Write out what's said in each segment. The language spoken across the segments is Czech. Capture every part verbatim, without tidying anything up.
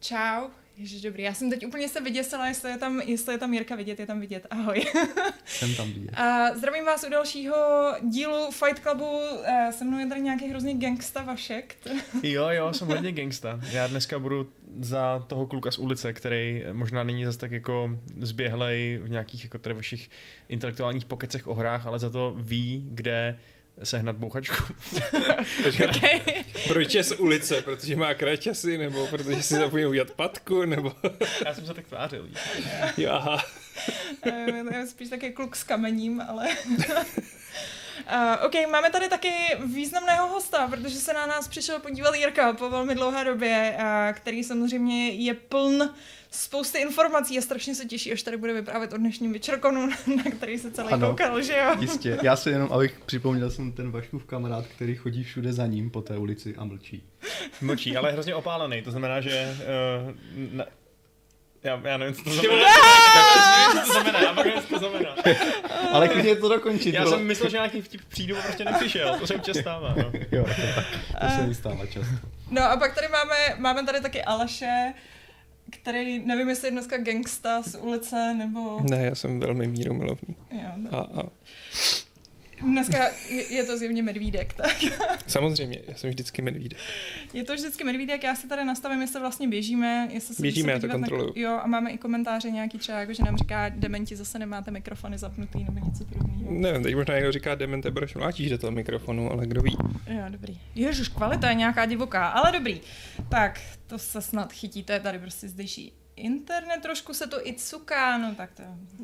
Čau. Ježiš, dobrý. Já jsem teď úplně se vyděsila, jestli je tam, jestli je tam Jirka vidět, je tam vidět. Ahoj. Jsem tam vidět. A zdravím vás u dalšího dílu Fight Clubu. Se mnou je tady nějaký hrozný gangsta Vašek. Jo, jo, jsem hodně gangsta. Já dneska budu za toho kluka z ulice, který možná není zase tak jako zběhlej v nějakých jako tady vašich intelektuálních pokecech o hrách, ale za to ví, kde sehnat bouchačku. Okay. Proč je z ulice? Protože má kraťasy, nebo protože si zapomněl udělat patku, nebo... Já jsem se tak tvářil. Jo, aha. Je spíš taky kluk s kamením, ale... Uh, OK, máme tady taky významného hosta, protože se na nás přišel podívat Jirka po velmi dlouhé době, uh, který samozřejmě je pln spousty informací a strašně se těší, až tady bude vyprávět o dnešním večerkonu, na který se celý ano, koukal, že jo? Jistě. Já si jenom, abych připomněl, jsem ten Vaškův kamarád, který chodí všude za ním po té ulici a mlčí. Mlčí, ale je hrozně opálený, to znamená, že... Uh, na... Já, já nevím, co to znamená. Co to znamená, já pak nevím, co to znamená. Ale klidně to dokončit. Já bylo. jsem myslel, že nějaký vtip přijdu a prostě nepřišel, to se občas stává. No. Jo, to, to se mi stává často. No a pak tady máme, máme tady taky Aleše, který, nevím, jestli je dneska gangsta z ulice, nebo... Ne, já jsem velmi mírumilovný. Jo, a, a. Dneska je, je to zjevně medvídek, tak... Samozřejmě, já jsem vždycky medvídek. Je to vždycky medvídek, já si tady nastavím, jestli vlastně běžíme, jestli se běžíme, já to kontroluju. Na... Jo, a máme i komentáře nějaký třeba, jako, že nám říká, dementi, zase nemáte mikrofony zapnutý, nebo něco podobného. Nevím, teď možná někdo říká, demente, proč mlátíš do toho mikrofonu, ale kdo ví. Jo, dobrý. Ježiš, kvalita je nějaká divoká, ale dobrý. Tak, to se snad chytí, to je tady prostě zdejší internet, trošku se to i cuká, no tak to...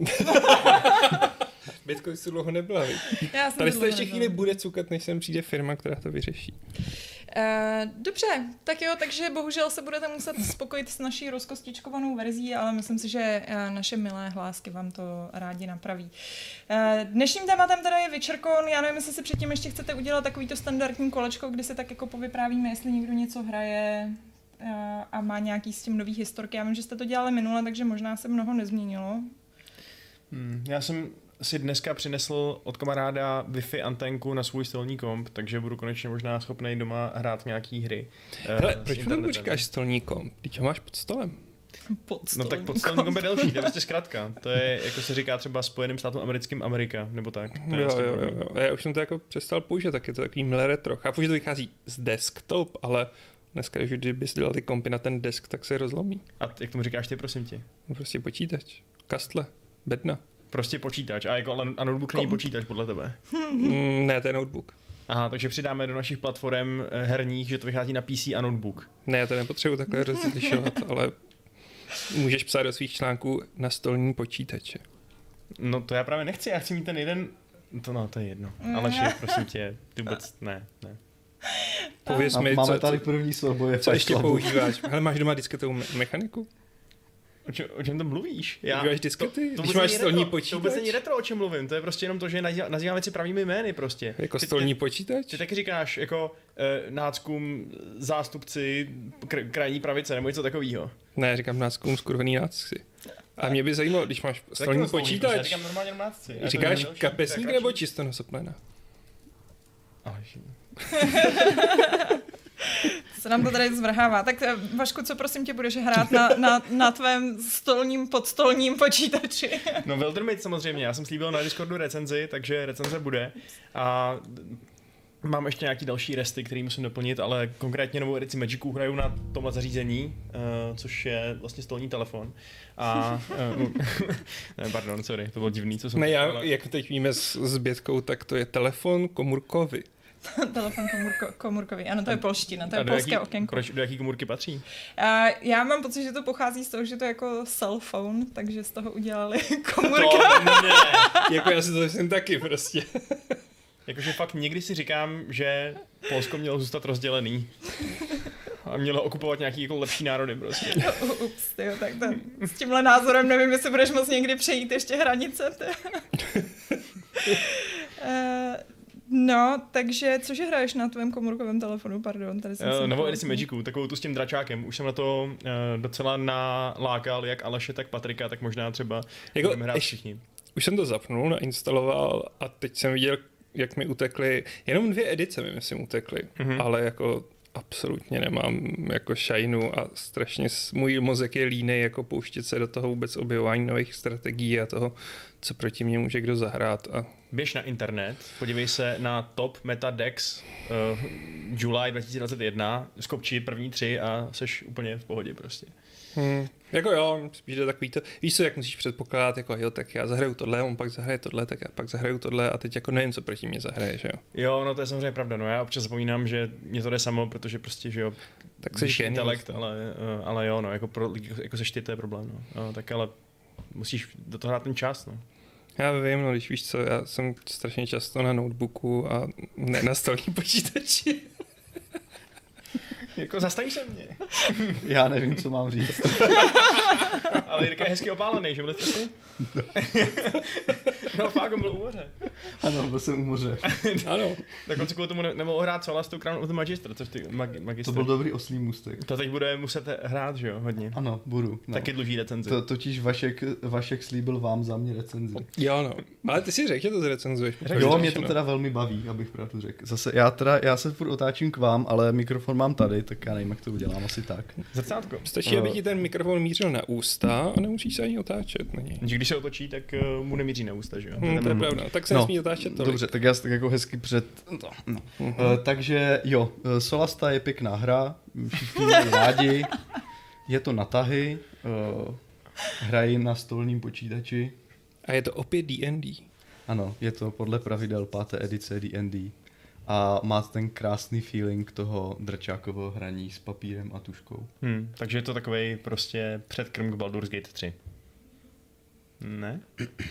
Bitcoin si dlouho nebyla, Já tady se ještě chvíli bude cukat, než sem přijde firma, která to vyřeší. Uh, dobře, tak jo, takže bohužel se budete muset spokojit s naší rozkostičkovanou verzí, ale myslím si, že uh, naše milé hlásky vám to rádi napraví. Uh, dnešním tématem teda je Witchercon, já nevím, jestli si předtím ještě chcete udělat takovýto standardní kolečko, kdy se tak jako povyprávíme, jestli někdo něco hraje uh, a má nějaký s tím nový historky. Já vím, že jste to dělali minule, takže možná se mnoho nezměnilo. Hmm, já jsem si dneska přinesl od kamaráda Wi-Fi anténku na svůj stolní komp, takže budu konečně možná schopný doma hrát nějaký hry. Hele, uh, proč mu říkáš stolní komp? Teď ho máš pod stolem. Pod no tak pod stolní komp je delší, to je prostě zkratka. To je, jako se říká třeba Spojeným státům americkým Amerika, nebo tak. To je jo, vlastně jo, jo, jo. Já už jsem to jako přestal použít, tak je to takový mile retro. Chápu, že to vychází z desktop, ale dneska, když bys dělal ty kompy na ten desk, tak se rozlomí. A jak tomu říkáš ty, prosím tě? No prostě počítač, kastle, bedna. Prostě počítač. A jako a notebook není počítač podle tebe? Mm, ne, to je notebook. Aha, takže přidáme do našich platform herních, že to vychází na P C a notebook. Ne, já to nepotřebuji takhle rozlišovat, ale můžeš psát do svých článků na stolní počítače. No to já právě nechci, já chci mít ten jeden... To no, to je jedno. Ale že, prosím tě, ty vůbec ne, ne. Pověz a mi, máme co, tady první souboje. Co ještě používáš? Hele, máš doma disketovou me- mechaniku? O čem, o čem tam mluvíš? Já, používáš diskety? To, to když máš stolní počítač? To vůbec není retro, o čem mluvím. To je prostě jenom to, že nazýváme věci pravými jmény prostě. Jako ty, stolní ty, počítač? Ty taky říkáš jako eh, náckům zástupci kr- krajní pravice nebo něco takového. Ne, říkám náckům skurvený nácky. A mě by zajímalo, když máš stolní počítač, já říkám normálně nácci. Říkáš kapesník nebo čistonosoplena? Ale se nám to tady zvrhává. Tak Vašku, co prosím tě budeš hrát na, na, na tvém stolním, podstolním počítači? No Wildermyth samozřejmě, já jsem slíbil na Discordu recenzi, takže recenze bude. A mám ještě nějaký další resty, který musím doplnit, ale konkrétně novou edici Magicu hraju na tomhle zařízení, uh, což je vlastně stolní telefon. A... Uh, ne, pardon, sorry, to bylo divný, co jsem... Ne, já, ale... jak teď víme s, s Bětkou, tak to je telefon komůrkový. Telefon komůrko, komůrkový, ano, to je polština, to je polské jaký, okénko. Proč, do jaký komůrky patří? Uh, já mám pocit, že to pochází z toho, že to je jako cell phone, takže z toho udělali komůrka. To ne. Jako já si to myslím taky prostě. Jakože fakt někdy si říkám, že Polsko mělo zůstat rozdělený. A mělo okupovat nějaký jako lepší národy prostě. No, ups, tyjo, tak to, s tímhle názorem nevím, jestli budeš moc někdy přejít ještě hranice. uh, no, takže cože hraješ na tvém komůrkovém telefonu, pardon? Tady jsem uh, novou edici Magicu, takovou tu s tím dračákem. Už jsem na to uh, docela nalákal, jak Aleše, tak Patrika, tak možná třeba jako, budeme hrát všichni. Už jsem to zapnul, nainstaloval a teď jsem viděl, jak mi utekly, jenom dvě edice mi myslím utekly, mm-hmm. ale jako absolutně nemám jako šajnu a strašně s- můj mozek je línej jako pouštět se do toho vůbec objevování nových strategií a toho, co proti mě může kdo zahrát. A Běž na internet, podívej se na top meta decks uh, July dva tisíce dvacet jedna, skopči první tři a seš úplně v pohodě prostě. Hmm. Jako jo, spíš to takový to, víš co, jak musíš předpokládat, jako jo, tak já zahraju tohle, on pak zahraje tohle, tak já pak zahraju tohle a teď jako nevím, co proti mě zahraje, že jo. Jo, no to je samozřejmě pravda, no já občas zapomínám, že mě to jde samo, protože prostě, že jo, Tak jsi vyšší genius. intelekt, ale, uh, ale jo, no, jako, pro, jako seš ty, to je problém, no. no. Tak ale musíš do toho dát ten čas, no. Já vím, no když víš co, já jsem strašně často na notebooku a ne na stolní počítači. Jako zastaň se mě. Já nevím, co mám říct. Ale Jirka je hezky opálený, že byli jste No fakt, on byl u moře. Ano, byl jsem u moře. Ano. Tak on si kvůli tomu ne- nemohl hrát Solastou Crown of the Magister, což ty mag- magister. To byl dobrý oslý můstek. To teď bude muset hrát, že jo, hodně. Ano, budu. No. Taky dluží recenzi. To, totiž Vašek, Vašek slíbil vám za mě recenzi. Jo no, ale ty si řekl, že to zrecenzuješ. Řekl, Jo, že mě to teda velmi baví, abych pravdu řekl. Zase já teda, já se furt otáčím k vám, ale mikrofon mám tady, tak já nevím, jak to udělám, asi tak. Zrcátko. Stačí, aby ti ten mikrofon mířil na ústa a nemusíš se ani otáčet na něj. Že když se otočí, tak uh, mu nemíří na ústa, že jo? Hmm, to je pravda, tak se No, nesmí otáčet tolik. Dobře, tak já si tak jako hezky před... No, no. Mhm. Uh, takže jo, uh, Solasta je pěkná hra, všichni mají rádi, je to na tahy, uh, hrají na stolním počítači. A je to opět D and D. Ano, je to podle pravidel páté edice D and D. A má ten krásný feeling toho drčákového hraní s papírem a tuškou. Hmm, takže je to takovej prostě předkrm k Baldur's Gate tři. Ne?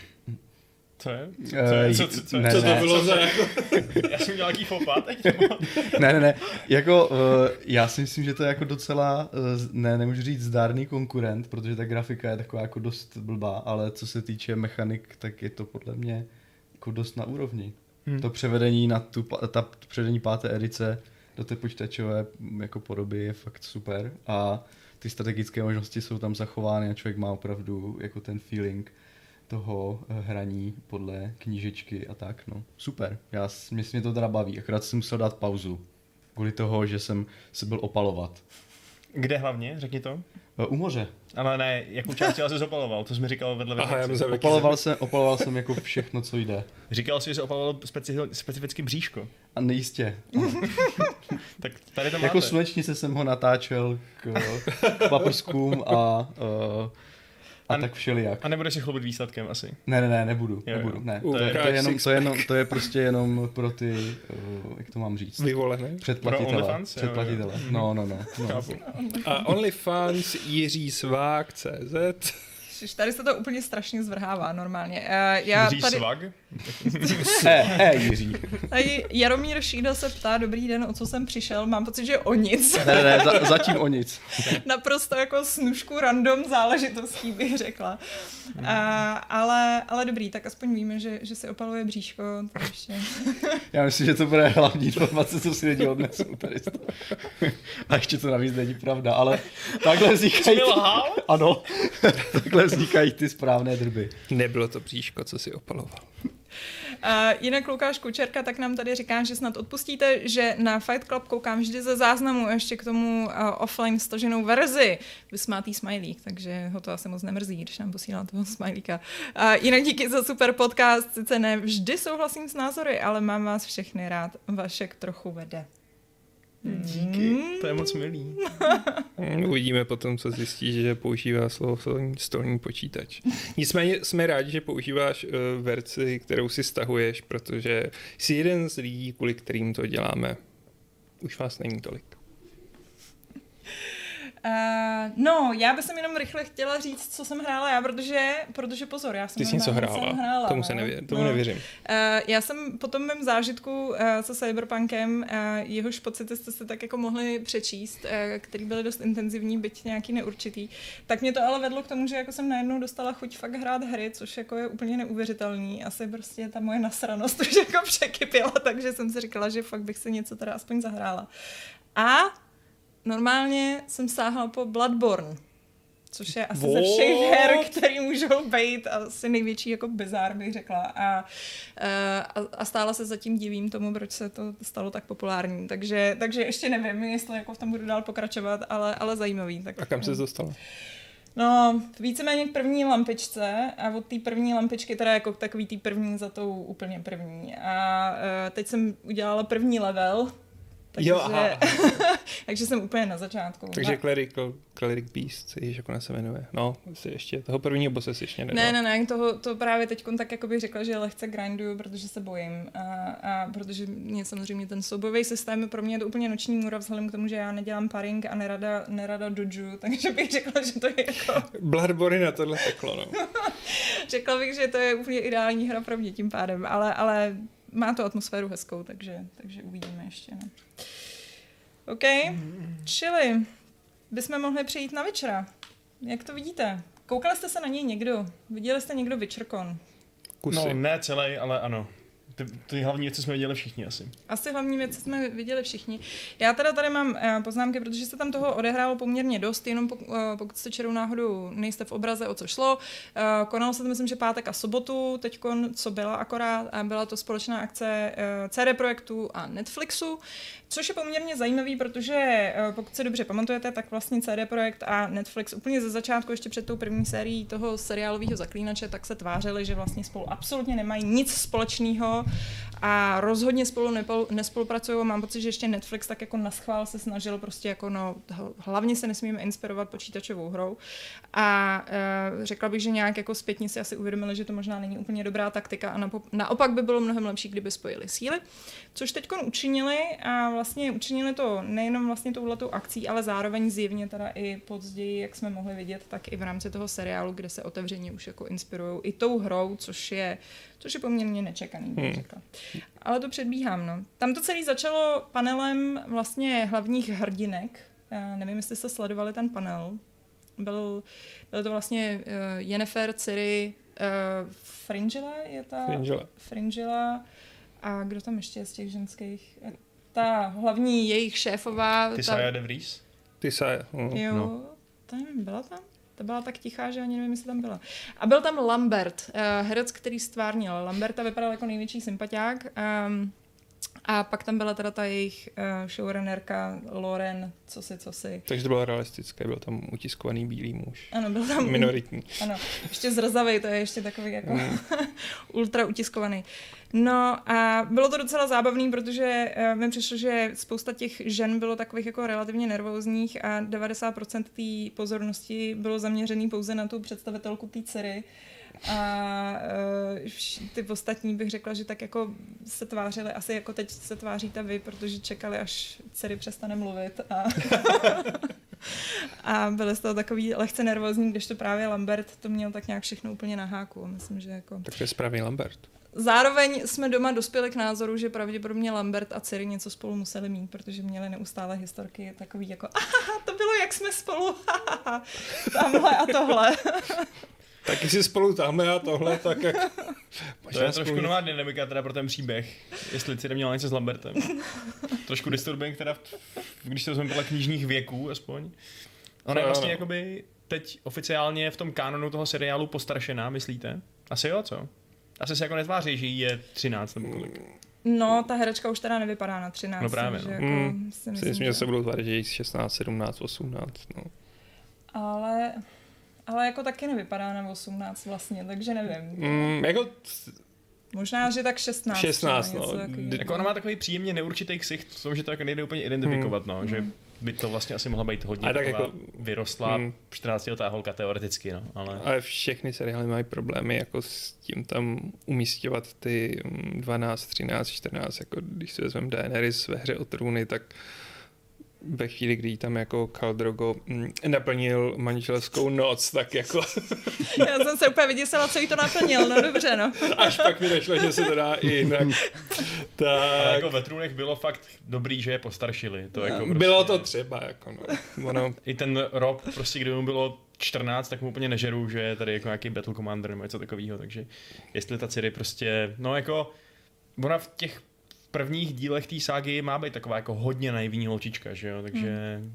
Co je? Co, je? co, co, co, ne, co ne. to bylo za jako... Já jsem udělal nějaký fopa teď. Ne, ne, ne, jako uh, já si myslím, že to je jako docela, uh, ne, nemůžu říct zdárný konkurent, protože ta grafika je taková jako dost blbá, ale co se týče mechanik, tak je to podle mě jako dost na úrovni. Hmm. To převedení na tu, pa- ta převedení páté edice do té počítačové jako podoby je fakt super a ty strategické možnosti jsou tam zachovány a člověk má opravdu jako ten feeling toho hraní podle knížečky a tak, no. Super, já, s- mě, mě to teda baví, akorát jsem musel dát pauzu. Kvůli toho, že jsem se byl opalovat. Kde hlavně? Řekni to. E, U moře. Ale ne, jakou část těla jsi zapaloval? To jsi mi říkal vedle Aha, já vedle. myslím, Opaloval jsem, opaloval jsem jako všechno, co jde. Říkal jsi, že jsi opaloval speci- specificky bříško. A nejistě. Tak tady to máte. Jako slunečnice jsem ho natáčel k, k paprskům a, uh, a, A- tak všelijak. A nebudeš si chlubit výsledkem asi. Ne, ne, ne, nebudu, Jo, nebudu, jo. ne. U, To je, to, ukáž je jenom, six to, je jenom, to je prostě jenom pro ty, uh, jak to mám říct, Vyvolené. předplatitele. Pro OnlyFans? Jo, jo. Předplatitele, no, no, no. no. Chápu. A OnlyFans Jiří Svák tečka cé zet. Ježiš, tady se to úplně strašně zvrhává normálně. Uh, já Jiří tady, Svag? He, he, Jiří. tady Jaromír Šídel se ptá, dobrý den, o co jsem přišel, mám pocit, že o nic. Ne, ne, ne, za, zatím o nic. Naprosto jako snůžku random záležitostí bych řekla. Uh, ale, ale dobrý, tak aspoň víme, že, že si opaluje bříško. To ještě. Já myslím, že to bude hlavní informace, co si lidi odnesou tady. z toho. A ještě to navíc není pravda, ale takhle vznikají... Jsi mi lhal? Ano, takhle vznikají ty správné drby. Nebylo to bříško, co si opaloval. Uh, jinak Lukáš Kučerka tak nám tady říká, že snad odpustíte, že na Fight Club koukám vždy ze záznamu ještě k tomu uh, offline staženou verzi. Vysmátý smajlík, takže ho to asi moc nemrzí, když nám posílá toho smajlíka. Uh, jinak díky za super podcast, sice ne vždy souhlasím s názory, ale mám vás všechny rád. Vašek trochu vede. Díky, to je moc milý. Uvidíme potom, co zjistíš, že používá slovo stolní, stolní počítač. Nicméně jsme rádi, že používáš uh, verzi, kterou si stahuješ, protože jsi jeden z lidí, kvůli kterým to děláme. Už vás není tolik. Uh, no, já bych jenom rychle chtěla říct, co jsem hrála já, protože, protože pozor, já jsem Ty jsi něco normálně hrála, jsem hrála, tomu, se no. nevě, tomu no. nevěřím. Uh, já jsem po tom mém zážitku uh, se Cyberpunkem, uh, jehož pocity jste se tak jako mohli přečíst, uh, který byly dost intenzivní, byť nějaký neurčitý, tak mě to ale vedlo k tomu, že jako jsem najednou dostala chuť fakt hrát hry, což jako je úplně neuvěřitelný. Asi prostě ta moje nasranost už jako překypěla, takže jsem si říkala, že fakt bych si něco teda aspoň zahrála. A normálně jsem sáhla po Bloodborne. což je asi What? ze všech her, který můžou být asi největší jako bizár, bych řekla. A, a, a stále se zatím divím tomu, proč se to stalo tak populární. Takže, takže ještě nevím, jestli jako v tom budu dál pokračovat, ale, ale zajímavý. Tak, A kam se dostala? No, víceméně k první lampičce a od té první lampičky teda jako takový tý první za tou úplně první. A uh, teď jsem udělala první level, takže, Jo, aha. takže jsem úplně na začátku. Takže Na... Clerical, Cleric Beast, se již jako se jmenuje. No, si ještě toho prvního bose si ještě nedal. Ne, ne, ne, toho, to právě teď tak jako bych řekla, že lehce grinduju, protože se bojím. A, a protože mě samozřejmě ten soubojový systém je pro mě to úplně noční můra vzhledem k tomu, že já nedělám paring a nerada, nerada doju, takže bych řekla, že to je jako... Bloodborne na tohle peklo, no. Řekla bych, že to je úplně ideální hra pro mě tím pádem, ale, ale má to atmosféru hezkou, takže, takže uvidíme ještě. No. OK, čili bychom mohli přejít na Witchera. Jak to vidíte? Koukali jste se na něj někdo? Viděli jste někdo Witchercon? Kusy. No, ne celý, ale ano. Ty, ty hlavní věci jsme viděli všichni asi. Asi hlavní věci jsme viděli všichni. Já teda tady mám uh, poznámky, protože se tam toho odehrálo poměrně dost, jenom pok, uh, pokud jste čerou náhodou nejste v obraze, o co šlo. Uh, konalo se to, myslím, že pátek a sobotu, teďkon, co byla akorát, a byla to společná akce uh, C D Projektu a Netflixu, což je poměrně zajímavý, protože uh, pokud se dobře pamatujete, tak vlastně C D Projekt a Netflix úplně ze začátku, ještě před tou první sérií toho seriálového Zaklínače, tak se tvářili, že vlastně spolu absolutně nemají nic společného a rozhodně spolu nepol, nespolupracují. Mám pocit, že ještě Netflix tak jako naschvál se snažil prostě jako no, hlavně se nesmíme inspirovat počítačovou hrou a e, řekla bych, že nějak jako zpětně si asi uvědomili, že to možná není úplně dobrá taktika a napo- naopak by bylo mnohem lepší, kdyby spojili síly, což teďkon učinili a vlastně učinili to nejenom vlastně touhletou akcí, ale zároveň zjevně teda i později, jak jsme mohli vidět, tak i v rámci toho seriálu, kde se otevřeně už jako inspirují i tou hrou, což je což je poměrně nečekaný, bych řekla. Ale to předbíhám, no. Tam to celé začalo panelem vlastně hlavních hrdinek. Já nevím, jestli jste sledovali ten panel. Byl, byl to vlastně uh, Yennefer, Ciri, uh, Fringilla je ta... Fringilla. Fringilla. A kdo tam ještě je z těch ženských? Ta hlavní jejich šéfová... Ty ta... Saya de Vries? Ty Saya. Mm. Jo, No. ta nevím, byla tam? Ta byla tak tichá, že ani nevím, jestli tam byla. A byl tam Lambert, uh, herec, který stvárnil. Lamberta vypadal jako největší sympatiák. Um, a pak tam byla teda ta jejich uh, showrunnerka Lauren, co si, co si. Takže to bylo realistické, byl tam utiskovaný bílý muž. Ano, byl tam... Minoritní. Ano, ještě zrzavej, to je ještě takový jako Mm. ultra utiskovaný. No a bylo to docela zábavný, protože uh, mi přišlo, že spousta těch žen bylo takových jako relativně nervózních a devadesát procent té pozornosti bylo zaměřený pouze na tu představitelku té dcery. A uh, ty ostatní bych řekla, že tak jako se tvářili, asi jako teď se tváříte vy, protože čekali, až dcery přestane mluvit a, a byli z toho takový lehce nervózní, když to právě Lambert to měl tak nějak všechno úplně na háku. Myslím, že jako... Tak to je správný Lambert. Zároveň jsme doma dospěli k názoru, že pravděpodobně Lambert a Ciri něco spolu museli mít, protože měli neustále historky takový jako aha, to bylo jak jsme spolu, haha, tamhle a tohle. Tak jestli spolu tamhle a tohle, tak jak... To je trošku nová dynamika teda pro ten příběh, jestli Ciri měla něco s Lambertem. Trošku disturbing teda, v, když to vezmeme podle knižních věků aspoň. Ona je vlastně jakoby teď oficiálně v tom kánonu toho seriálu postaršená, myslíte? Asi jo, co? Asi se jako netváří, že jí je třináct nebo kolik. No, ta herečka už teda nevypadá na třináct. No právě, takže no. jako Mm, si si myslím, myslím, že... že se budou tvářit, že jí šestnáct, sedmnáct, osmnáct, no. Ale, ale jako taky nevypadá na osmnáct vlastně, takže nevím. Mm, jako Možná, že tak šestnáct. šestnáct, třeba, něco no. takový. Jako ona má takový příjemně neurčitý ksicht, v tom, že to jako nejde úplně identifikovat, no, že by to vlastně asi mohla být hodně A tak taková jako- vyrostlá Hmm. čtrnáctiletá holka teoreticky, no, ale... Ale všechny seriály mají problémy jako s tím tam umístěvat ty mm, dvanáct, třináct, čtrnáct, jako když si vezmeme Daenerys ve hře o trůny, tak ve chvíli, kdy jí tam jako Khal Drogo mm, naplnil manželskou noc, tak jako Já jsem se úplně vyděsila, co jí to naplnil, no dobře, no. až pak mi došlo, že se to dá i jinak. Ale Tak jako ve trůnech bylo fakt dobrý, že je postaršili. To jako prostě, bylo to třeba, jako no. Ono, I ten Rob, prostě kdyby mu bylo čtrnáct, tak mu úplně nežeru, že je tady jako nějaký Battle Commander nebo něco takového, takže jestli ta Ciri prostě, no jako, ona v těch prvních dílech té ságy má být taková jako hodně naivní holčička, že jo, takže hmm.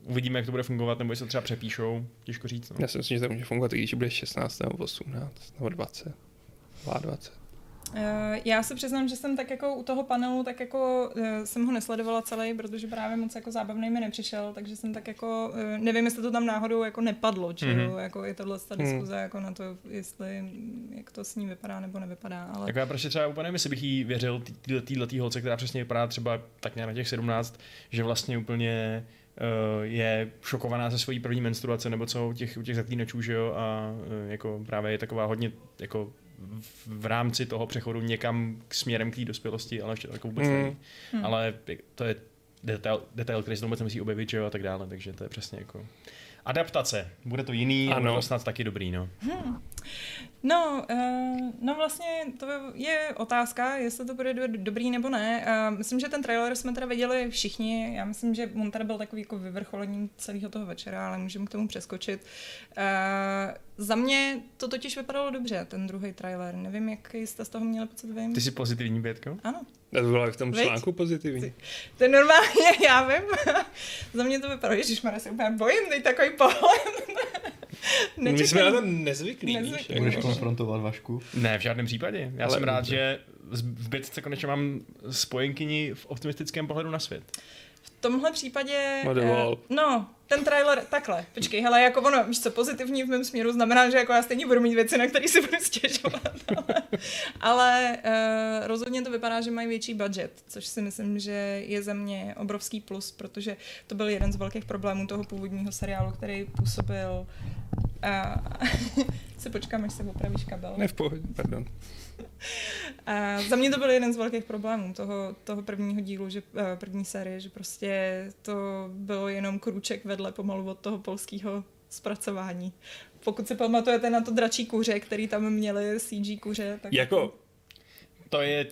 uvidíme, jak to bude fungovat, nebo jestli to třeba přepíšou, těžko říct. No. Já si myslím, že to může fungovat, i když bude šestnáct nebo osmnáct nebo dvacet. dvacet. Uh, já se přiznám, že jsem tak jako u toho panelu, tak jako uh, jsem ho nesledovala celý, protože právě moc jako zábavný mi nepřišel, takže jsem tak jako, uh, nevím, jestli to tam náhodou jako nepadlo, či mm-hmm. jo, jako je tohle ta diskuze mm. jako na to, jestli, jak to s ní vypadá nebo nevypadá, ale... Jako já prostě třeba úplně nevím, jestli bych jí věřil této holce, která přesně vypadá třeba tak nějak na těch sedmnáct, že vlastně úplně uh, je šokovaná ze svojí první menstruace nebo co u těch, u těch zaklínačů, že jo, a uh, jako právě je taková hodně jako v rámci toho přechodu někam k směrem k té dospělosti, ale ještě to jako vůbec mm. není. Mm. Ale to je detail, detail, který se to vůbec musí objevit, že jo, a tak dále, takže to je přesně jako adaptace. Bude to jiný, ano. Bude to snad taky dobrý, no. Hmm. No, uh, no vlastně to je otázka, jestli to bude dobrý nebo ne. Uh, myslím, že ten trailer jsme teda viděli všichni. Já myslím, že on tady byl takový jako vyvrcholením celého toho večera, ale můžeme k tomu přeskočit. Uh, za mě to totiž vypadalo dobře, ten druhý trailer. Nevím, jak jste z toho měli pocit vy. Ty jsi pozitivní, Bětko? Ano. To bylo v tom článku pozitivní. To je normálně, já vím. Za mě to vypadalo, ježišmarja, se úplně bojím, teď takový pohled. My jsme na to nezvyklí. nezvyklí. Budeš konfrontovat Vašku? Ne, v žádném případě. Já Ale jsem rád, dobře. že v Bětce konečně mám spojenkyni v optimistickém pohledu na svět. V tomhle případě... Uh, no, ten trailer, takhle, počkej, hele, jako ono, víš co, pozitivní v mém směru znamená, že jako já stejně budu mít věci, na které si budu stěžovat, ale, ale uh, rozhodně to vypadá, že mají větší budget, což si myslím, že je za mě obrovský plus, protože to byl jeden z velkých problémů toho původního seriálu, který působil... Uh, si počkám, až se opravíš kabel. Ne v pohodě, pardon. A za mě to byl jeden z velkých problémů toho, toho prvního dílu, že, první série, že prostě to bylo jenom krůček vedle pomalu od toho polského zpracování. Pokud si pamatujete na to dračí kuře, který tam měli C G kuře, tak... Jako... To je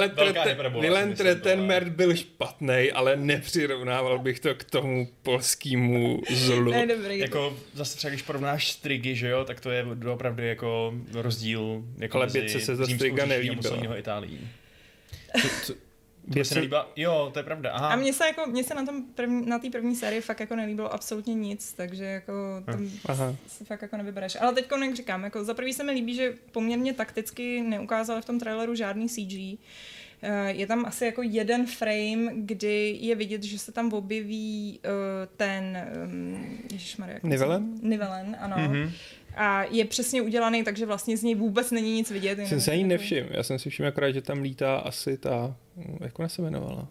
Vylentre ten Mert byl špatnej, ale nepřirovnával bych to k tomu polskému zlu. Ne, dobrý. Jako zase třeba, když porovnáš strigy, že jo, tak to je opravdu jako rozdíl jako ale mezi se za striga nelíbila. Itálií. Co, co, to se nelíbila? Jo, to je pravda. Aha. A mně se, jako, mně se na tom první, na té první sérii fakt jako nelíbilo absolutně nic, takže jako tam Aha. se fakt jako nevybereš. Ale teďko, jak říkám, jako za prvý se mi líbí, že poměrně takticky neukázali v tom traileru žádný C G. Je tam asi jako jeden frame, kdy je vidět, že se tam objeví uh, ten um, ježišmarja, Nivellen? Nivellen, ano. Mm-hmm. A je přesně udělaný, takže vlastně z něj vůbec není nic vidět. Jsem se jí nevšiml. Já jsem si všiml akorát, že tam lítá asi ta, jak ona se jmenovala?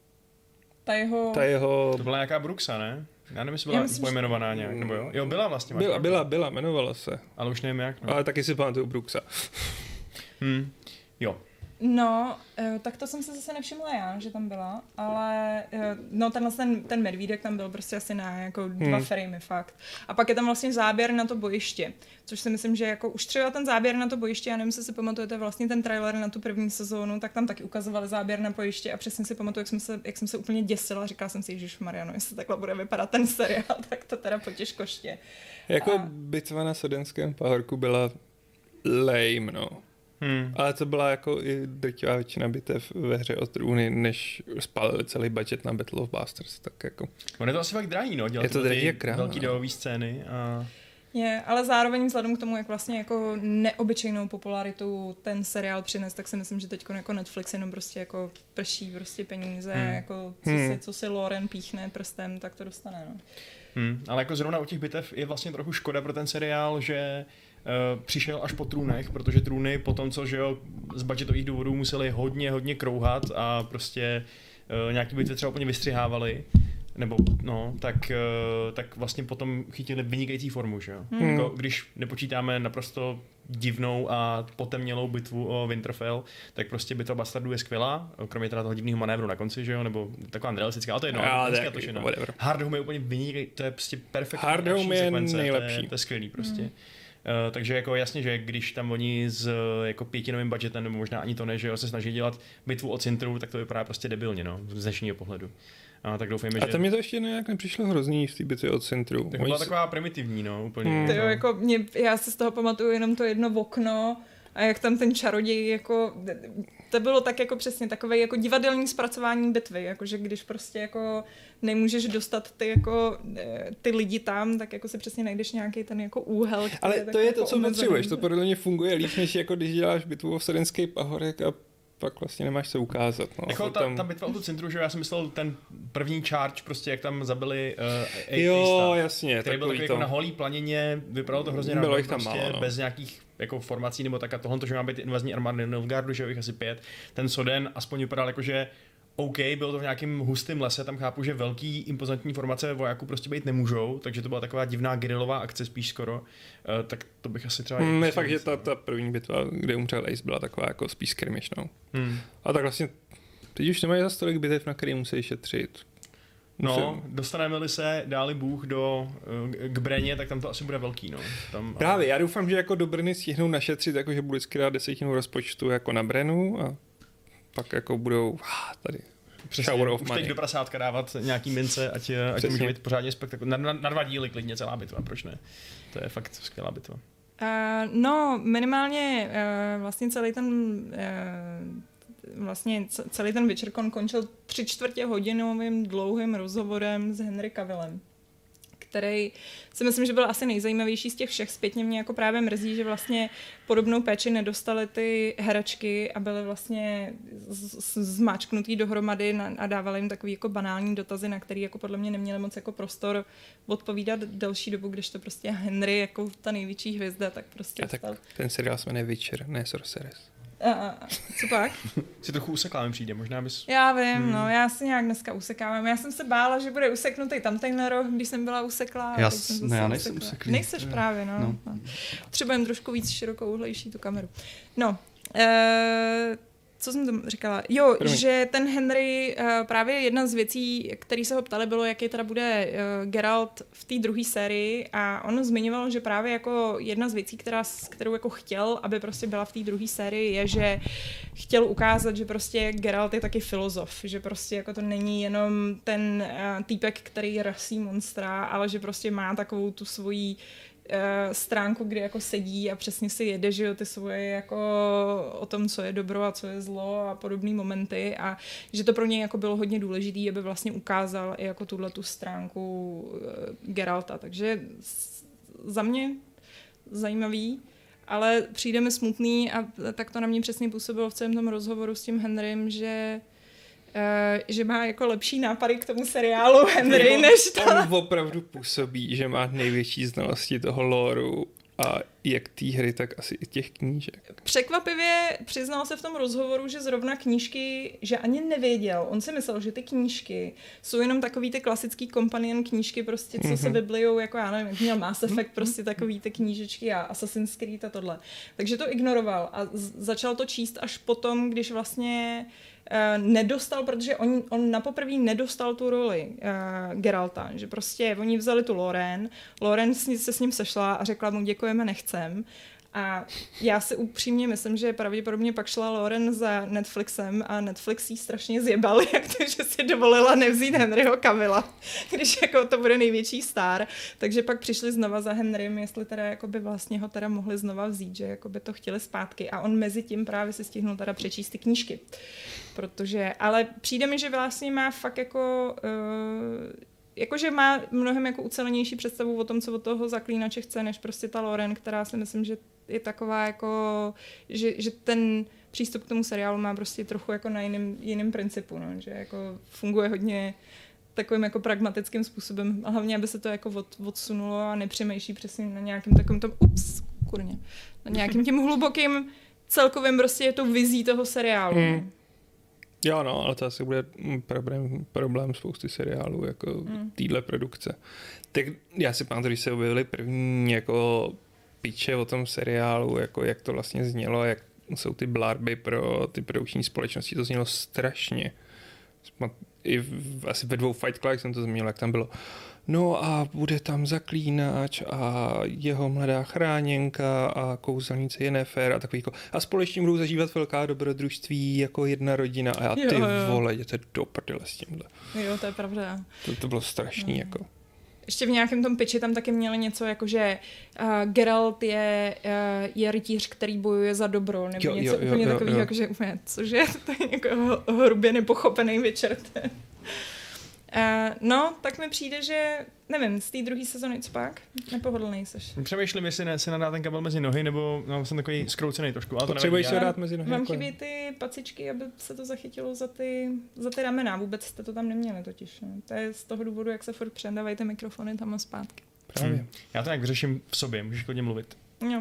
Ta jeho... Ta jeho... To byla nějaká Bruxa, ne? Já nevím, jestli byla myslím, pojmenovaná nějak, nebo jo? Jo, byla vlastně. Byla, byla, byla, jmenovala se. Ale už nevím jak. No. Ale taky si pamatuju Bruxa. hmm. Jo. No, tak to jsem se zase nevšimla já, že tam byla, ale no tenhle ten, ten medvídek tam byl prostě asi na jako dva hmm. framey fakt. A pak je tam vlastně záběr na to bojiště, což si myslím, že jako už třeba ten záběr na to bojiště, já nevím, jestli si pamatujete vlastně ten trailer na tu první sezónu, tak tam taky ukazovali záběr na bojiště a přesně si pamatuju, jak jsem se, jak jsem se úplně děsila, říkala jsem si, ježišmarja, no jestli takhle bude vypadat ten seriál, tak to teda potěžkoště. Jako a... bitva na Sodenském pahorku byla lame, no. Hmm. Ale to byla jako i drtivá většina bitev ve hře o trůny, než spálili celý budget na Battle of Bastards, tak jako... On je to asi fakt drahý, no, dělat je to drahý jak krám, velký deový scény a... Je, ale zároveň vzhledem k tomu, jak vlastně jako neobyčejnou popularitu ten seriál přines, tak si myslím, že teď jako Netflix jenom prostě jako prší prostě peníze, hmm. jako co, hmm. si, co si Lauren píchne prstem, tak to dostane, no. Hmm. Ale jako zrovna u těch bitev je vlastně trochu škoda pro ten seriál, že Uh, přišel až po trůnech, protože trůny po tom, co že jo, z budgetových důvodů museli hodně, hodně krouhat a prostě uh, nějaký bitvy třeba úplně vystřihávali, nebo no, tak, uh, tak vlastně potom chytili vynikající formu, že jo. Hmm. Jako, když nepočítáme naprosto divnou a potemnělou bitvu o Winterfell, tak prostě bitva Bastardů je skvělá, kromě teda toho divného manévru na konci, že jo, nebo taková nerealistická, ale to je jedno. Hardhome je úplně vynikající, to je prostě perfektní. Hardhome je nejlepší. To je, to je skvělý prostě. Hmm. Uh, takže jako jasně, že když tam oni s jako pětinovým budgetem, nebo možná ani to ne, že jo, se snaží dělat bitvu o Cintru, tak to vypadá prostě debilně, no, z dnešního pohledu. A tak doufejme, že... A tam mě to ještě nějak nepřišlo hrozný v té bitvě o Cintru. Tak byla s... taková primitivní, no, úplně. Hmm. To jo, jako mě, já si z toho pamatuju jenom to jedno okno, A jak tam ten čaroděj jako, to bylo tak jako přesně takové jako divadelní zpracování bitvy, jakože když prostě jako nemůžeš dostat ty jako ty lidi tam, tak jako si přesně najdeš nějaký ten jako úhel. Ale je to je jako to, co potřebuješ, to podle mě funguje líp, než jako když děláš bitvu o Serenský pahorek a pak vlastně nemáš co ukázat. No. Jako ta, tam... ta bitva o tu centru, že já jsem myslel ten první charge, prostě jak tam zabili uh, jo, jasně, který byl takový to... jako na holý planině, vypadalo to hrozně bylo rád, jich tam prostě málo, no. bez nějakých jako formací nebo tak a tohle, že má být invazní armády Nilfgaardu, že jo, jich asi pět. Ten Soden aspoň vypadal jako, že OK, bylo to v nějakém hustém lese, tam chápu, že velký impozantní formace vojáků prostě být nemůžou, takže to byla taková divná guerrillová akce spíš skoro, uh, tak to bych asi třeba... Hmm, je fakt, že ta, ta první bitva, kde umřel Ace, byla taková jako spíš skirmish, no. Hmm. A tak vlastně, teď už nemají za tolik bitev, na který musí šetřit. No, dostaneme-li se dáli Bůh do, k Breně, tak tam to asi bude velký, no. Tam, Právě, já doufám, že jako do Brny stihnou našetřit, jakože budu vždycky dát desetinu rozpočtu jako na Brenu a pak jako budou tady přesně, shower of už money. teď do prasátka dávat nějaký mince, ať, ať to může být pořádně spektakulární. Na, na, na dva díly klidně celá bitva, proč ne? To je fakt skvělá bitva. Uh, no, minimálně uh, vlastně celý ten uh, vlastně celý ten Witchercon končil tři čtvrtě hodinovým dlouhým rozhovorem s Henry Cavillem, který si myslím, že byl asi nejzajímavější z těch všech. Zpětně mě jako právě mrzí, že vlastně podobnou péči nedostaly ty herečky a byly vlastně zmáčknutý dohromady a dávali jim takový jako banální dotazy, na který jako podle mě neměli moc jako prostor odpovídat delší dobu, když to prostě Henry jako ta největší hvězda, tak prostě a tak stal. Ten seriál se jmenuje Witcher, ne Sorceress. A, a, co pak? Si trochu usekla mi přijde, možná bys... Já vím, hmm. no, já si nějak dneska usekávám. Já jsem se bála, že bude useknutý tam ten roh, když jsem byla useklá. Já, s, ne, já nejsem useklý. Nejseš právě, no. no. no. Potřebujeme trošku víc širokouhlejší tu kameru. No, e- co jsem tam říkala? Jo, První. že ten Henry, uh, právě jedna z věcí, které se ho ptali, bylo, jaký teda bude uh, Geralt v té druhé sérii a on zmiňoval, že právě jako jedna z věcí, která, kterou jako chtěl, aby prostě byla v té druhé sérii, je, že chtěl ukázat, že prostě Geralt je taky filozof, že prostě jako to není jenom ten uh, týpek, který rasí monstra, ale že prostě má takovou tu svoji stránku, kdy jako sedí a přesně si jede, že jo, ty svoje jako o tom, co je dobro a co je zlo a podobné momenty a že to pro něj jako bylo hodně důležitý, aby vlastně ukázal i jako tuhle tu stránku Geralta, takže za mě zajímavý, ale přijde mi smutný a tak to na mě přesně působilo v celém tom rozhovoru s tím Henrym, že Uh, že má jako lepší nápady k tomu seriálu Henry, on, než to. On opravdu působí, že má největší znalosti toho lóru a jak té hry, tak asi i těch knížek. Překvapivě přiznal se v tom rozhovoru, že zrovna knížky, že ani nevěděl. On si myslel, že ty knížky jsou jenom takový ty klasický companion knížky, prostě, co mm-hmm. se biblijou, jako já nevím, jak měl Mass Effect, prostě takový ty knížečky a Assassin's Creed a tohle. Takže to ignoroval a z- začal to číst až potom, když vlastně Uh, nedostal, protože on, on na poprvé nedostal tu roli uh, Geralta, že prostě oni vzali tu Lauren, Lauren se s ním sešla a řekla mu děkujeme, nechcem. A já si upřímně myslím, že pravděpodobně pak šla Lauren za Netflixem a Netflix jí strašně zjebal, jak to, že si dovolila nevzít Henryho Cavilla, když jako to bude největší star. Takže pak přišli znova za Henrym, jestli teda jakoby vlastně ho teda mohli znova vzít, že jakoby to chtěli zpátky. A on mezi tím právě si stihnul teda přečíst ty knížky. Protože, ale přijde mi, že vlastně má fakt jako... Uh, jakože má mnohem jako ucelenější představu o tom, co od toho zaklínače chce, než prostě ta Lauren, která si myslím, že je taková jako, že, že ten přístup k tomu seriálu má prostě trochu jako na jiném, jiném principu, no, že jako funguje hodně takovým jako pragmatickým způsobem, a hlavně, aby se to jako od, odsunulo a nepřemýšlí přesně na nějakým takovým tom, ups, kurně, na nějakým tím hlubokým celkovým prostě je to vizí toho seriálu. Hmm. Jo, no, ale to asi bude problém, problém spousty seriálů, jako mm. týhle produkce. Tak já si pamatuju, když se objevily první jako piče o tom seriálu, jako jak to vlastně znělo, jak jsou ty blarby pro ty produkční společnosti, to znělo strašně. I v, asi ve dvou Fight Clubech jsem to zmínil, jak tam bylo. No a bude tam zaklínač a jeho mladá chráněnka a kouzelnice Yennefer a takový jako, a společně budou zažívat velká dobrodružství jako jedna rodina a já ty jo, jo. vole, jděte do prdele s tímhle. Jo, to je pravda. To, to bylo strašný, no. jako. ještě v nějakém tom pitchi tam taky měli něco jako, že uh, Geralt je, uh, je rytíř, který bojuje za dobro, nebo jo, něco jo, úplně jo, takového, jo. jako, že úplně, cože, to je jako hrubě nepochopený vyčert. Uh, no, tak mi přijde, že, nevím, z té druhé sezony, co pak? Nepohodlnej seš. Přemýšlím, jestli ne, si nadá ten kabel mezi nohy, nebo no, jsem takový zkroucený trošku, ale to Potřebuješ nevadí. se Já- dát mezi nohy. Vám jako- chybí ty pacičky, aby se to zachytilo za ty, za ty ramena. Vůbec jste to tam neměli totiž. No. To je z toho důvodu, jak se furt přendávají ty mikrofony tam a zpátky. Právě. Hmm. Já to nějak vyřeším v sobě, můžeš klidně mluvit. Jo.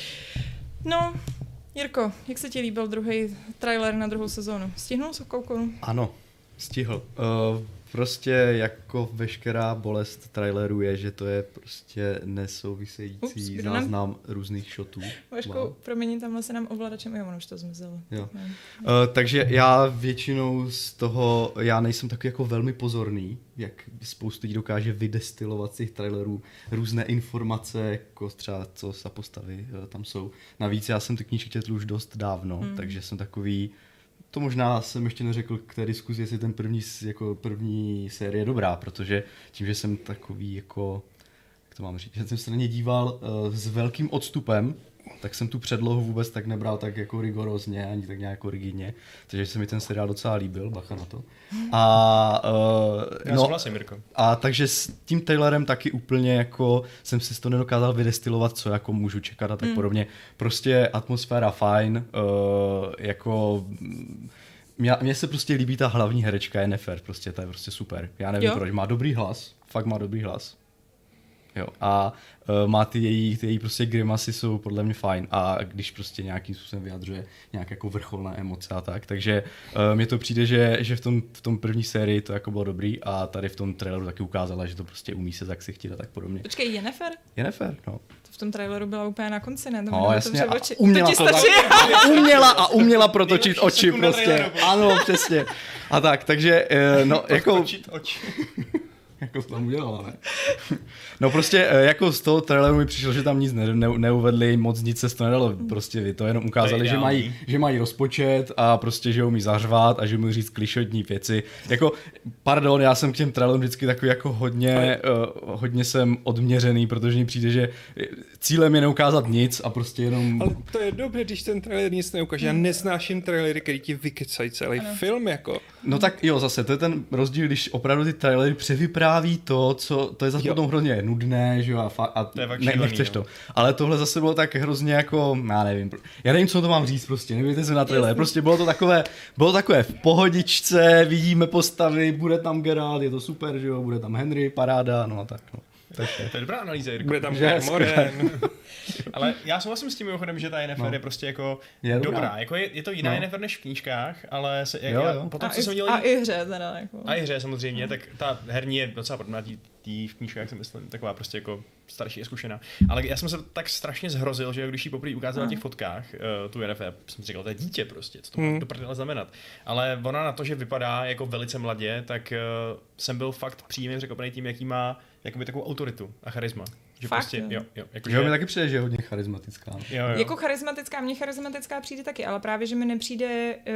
No, Jirko, jak se ti líbil druhý trailer na druhou sezónu? Stihnul se koukonu? Ano, stihl. Uh, prostě jako veškerá bolest traileru je, že to je prostě nesouvisející Ups, kdo nám- záznam různých shotů. Vašku, Wow. promiň, tamhle se nám ovladačem, jo, ono už to zmizelo. Jo. No. Uh, takže já většinou z toho, já nejsem taky jako velmi pozorný, jak spoustu lidí dokáže vydestilovat z těch trailerů různé informace, jako třeba co za postavy uh, tam jsou. Navíc já jsem ty knížky četl už dost dávno, Hmm. takže jsem takový, to možná jsem ještě neřekl k té diskuzi, jestli ten první, s- jako první série je dobrá, protože tím, že jsem takový jako, jak to mám říct, že jsem se na ně díval uh, s velkým odstupem, tak jsem tu předlohu vůbec tak nebral tak jako rigorózně, ani tak nějak jako rigidně, takže se mi ten seriál docela líbil, bacha na to. A, uh, Já no, souhlasím, Mirko. a takže s tím Taylorem taky úplně jako jsem si to nedokázal vydestilovat, co jako můžu čekat a tak Mm. podobně. Prostě atmosféra fajn, uh, jako mm, mě, mně se prostě líbí ta hlavní herečka Yennefer, prostě to je prostě super. Já nevím Jo? proč, má dobrý hlas, fakt má dobrý hlas. Jo, a uh, má ty její, ty její prostě grimasy jsou podle mě fajn a když prostě nějakým způsobem vyjadřuje nějak jako vrcholné emoce a tak, takže uh, mně to přijde, že, že v tom, v tom první sérii to jako bylo dobrý a tady v tom traileru taky ukázala, že to prostě umí se zaksichtit a tak podobně. Počkej, Yennefer? Je nefér, no. To v tom traileru byla úplně na konci, ne? To mi No jenom jasně, otevře a oči. uměla to ti to, stačí? uměla a uměla protočit Nejlepší oči sekunda prostě. traileru, prostě. Ano, přesně. A tak, takže uh, no jako... Točit oči. Jako to tam udělala, ne? No prostě eh, jako z toho traileru mi přišlo, že tam nic ne, ne, neuvedli, moc nic se to nedalo, prostě vy to jenom ukázali, To je že mají, ideální. že mají rozpočet a prostě, že umí zařvat a že umí říct klišotní věci. Jako, pardon, já jsem k těm trailerům vždycky takový jako hodně, uh, hodně jsem odměřený, protože mi přijde, že cílem je neukázat nic a prostě jenom... Ale to je dobře, když ten trailer nic neukáže. Já neznáším trailery, který ti vykecají celý Ano. film, jako. No tak jo, zase, to je ten rozdíl, když opravdu ty trailery převypráví to, co, to je zase Jo. potom hrozně nudné, že jo, a, fa- a To je fakt ne, šílený, nechceš no. to. Ale tohle zase bylo tak hrozně jako, já nevím, já nevím, co to mám říct prostě, nevíte se na trailer, Jasně. prostě bylo to takové, bylo takové v pohodičce, vidíme postavy, bude tam Geralt, je to super, že jo, bude tam Henry, paráda, no a tak, no. Takže. To je dobrá analýza, Jirko. Bude tam Že Moren. Ale já souhlasím s tím mimochodem, že ta Yennefer No. je prostě jako Je dobrá. dobrá. Jako je, je to jiná No. Yennefer než v knížkách, ale se, jak Jo, já, jo. potom, A, co jsem i, viděl a i hře teda. Jako. a i hře samozřejmě, tak ta herní je docela podobná tý, tý v knížkách, si myslím, taková prostě jako starší a zkušená. Ale já jsem se tak strašně zhrozil, že když ji poprvé ukázal na těch fotkách, uh, tu Yennefer, jsem si říkal, to je dítě prostě, co to má Hmm. do prdele znamenat. Ale ona na to, že vypadá jako velice mladě, tak uh, jsem byl fakt příjemně překvapený tím, jaký má jakoby takovou autoritu a charisma. Že Fakt, prostě, jo. jo, jo, jako, Jo, mi taky přijde, že je hodně charismatická. jo, jo. Jako charismatická, mně charismatická přijde taky, ale právě, že mi nepřijde uh,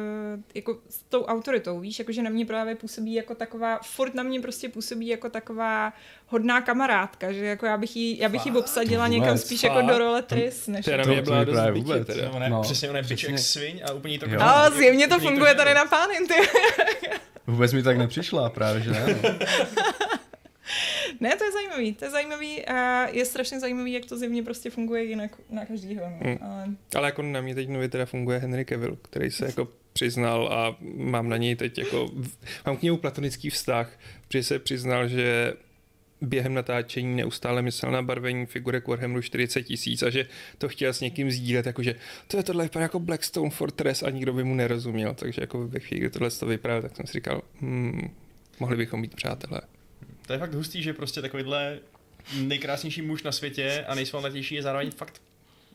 jako s tou autoritou, víš, jakože na mě právě působí jako taková, furt na mě prostě působí jako taková hodná kamarádka, že jako já bych jí, já bych jí obsadila Vůbec, někam spíš fakt. jako do role Tris, než... To je na To- mě to byla mi dost právě bytě, vůbec. teda. Ona, No, přesně, ona je bitch přesně. jak sviň a úplně to... Jo. A zjevně to úplně funguje žere. tady na pánin, ty. Vůbec mi tak nepřišla, právě, že ne. No. Ne, to je zajímavý, to je zajímavý a je strašně zajímavý, jak to zjevně prostě funguje jinak na každýho, no. Hmm. Ale Ale jako na mě teď nově teda funguje Henry Cavill, který se jako přiznal a mám na něj teď jako, mám k němu platonický vztah, protože se přiznal, že během natáčení neustále myslel na barvení figurek Warhammeru čtyřicet tisíc a že to chtěl s někým sdílet, jakože to je tohle vypadá jako Blackstone Fortress a nikdo by mu nerozuměl, takže jako ve chvíli, kdy tohle to vypadalo, tak jsem si říkal, hmm, mohli bychom být přátelé. To je fakt hustý, že prostě takovýhle nejkrásnější muž na světě a nejsvalnatější je zároveň fakt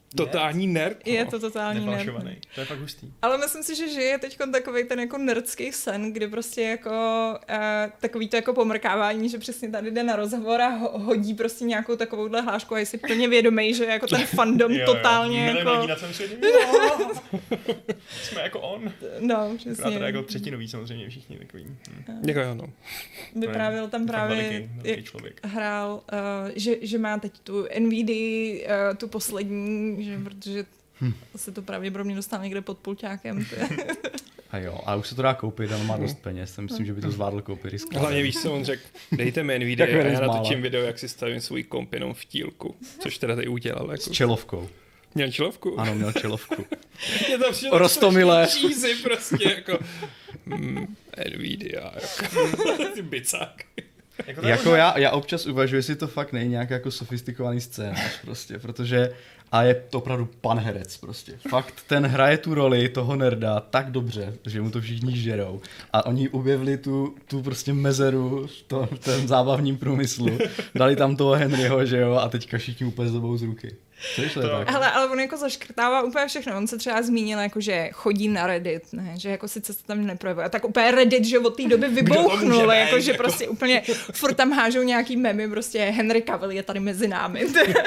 Totální nerd. Je no. to totální nerd. Nefalšovaný. To je fakt hustý. Ale myslím si, že žije teď takový ten jako nerdský sen, kdy prostě jako uh, takový to jako pomrkávání, že přesně tady jde na rozhovor a ho, hodí prostě nějakou takovouhle hlášku a je si plně vědomý, že jako ten fandom jo, totálně jo. jako... Lidí na tom světě. Jo. Jsme jako on. No, přesně. Akorát teda jako třetinový samozřejmě všichni takový. Hm. Jako jo, no. Vyprávěl tam Fakt právě, veliký, veliký člověk. hrál, uh, že, že má teď tu N V D, uh, tu poslední, že, protože hm. se to pravděpodobně dostal někde pod pulťákem. A jo, a už se to dá koupit, ale má dost peněz, tak myslím, že by to zvládl koupit riskovat. Hlavně víš, co on řekl, dejte mi N V D a já natočím video, jak si stavím svůj komp jenom v tílku, což teda tady udělal. Jako. S čelovkou. Měl čelovku? Ano, měl čelovku. Je to všechno Rostomilé. cheesy prostě, jako mm, N V D A, jako ty bicák. Jako, jako já, já občas uvažuji, jestli to fakt není nějak jako sofistikovaný scénář prostě, protože a je to opravdu pan herec prostě. Fakt ten hraje tu roli toho nerda tak dobře, že mu to všichni žerou. A oni objevili tu, tu prostě mezeru v, to, v tom zábavním průmyslu. Dali tam toho Henryho, že jo, a teďka všichni úplně zobou z ruky. Což to je tak. Ale, ale on jako zaškrtává úplně všechno. On se třeba zmínil, jako, že chodí na Reddit, ne? Že jako sice se tam neprojevuje. A tak úplně Reddit, že od té doby vybouchnul, jako, že prostě úplně furt tam hážou nějaký memy, prostě Henry Cavill je tady mezi námi.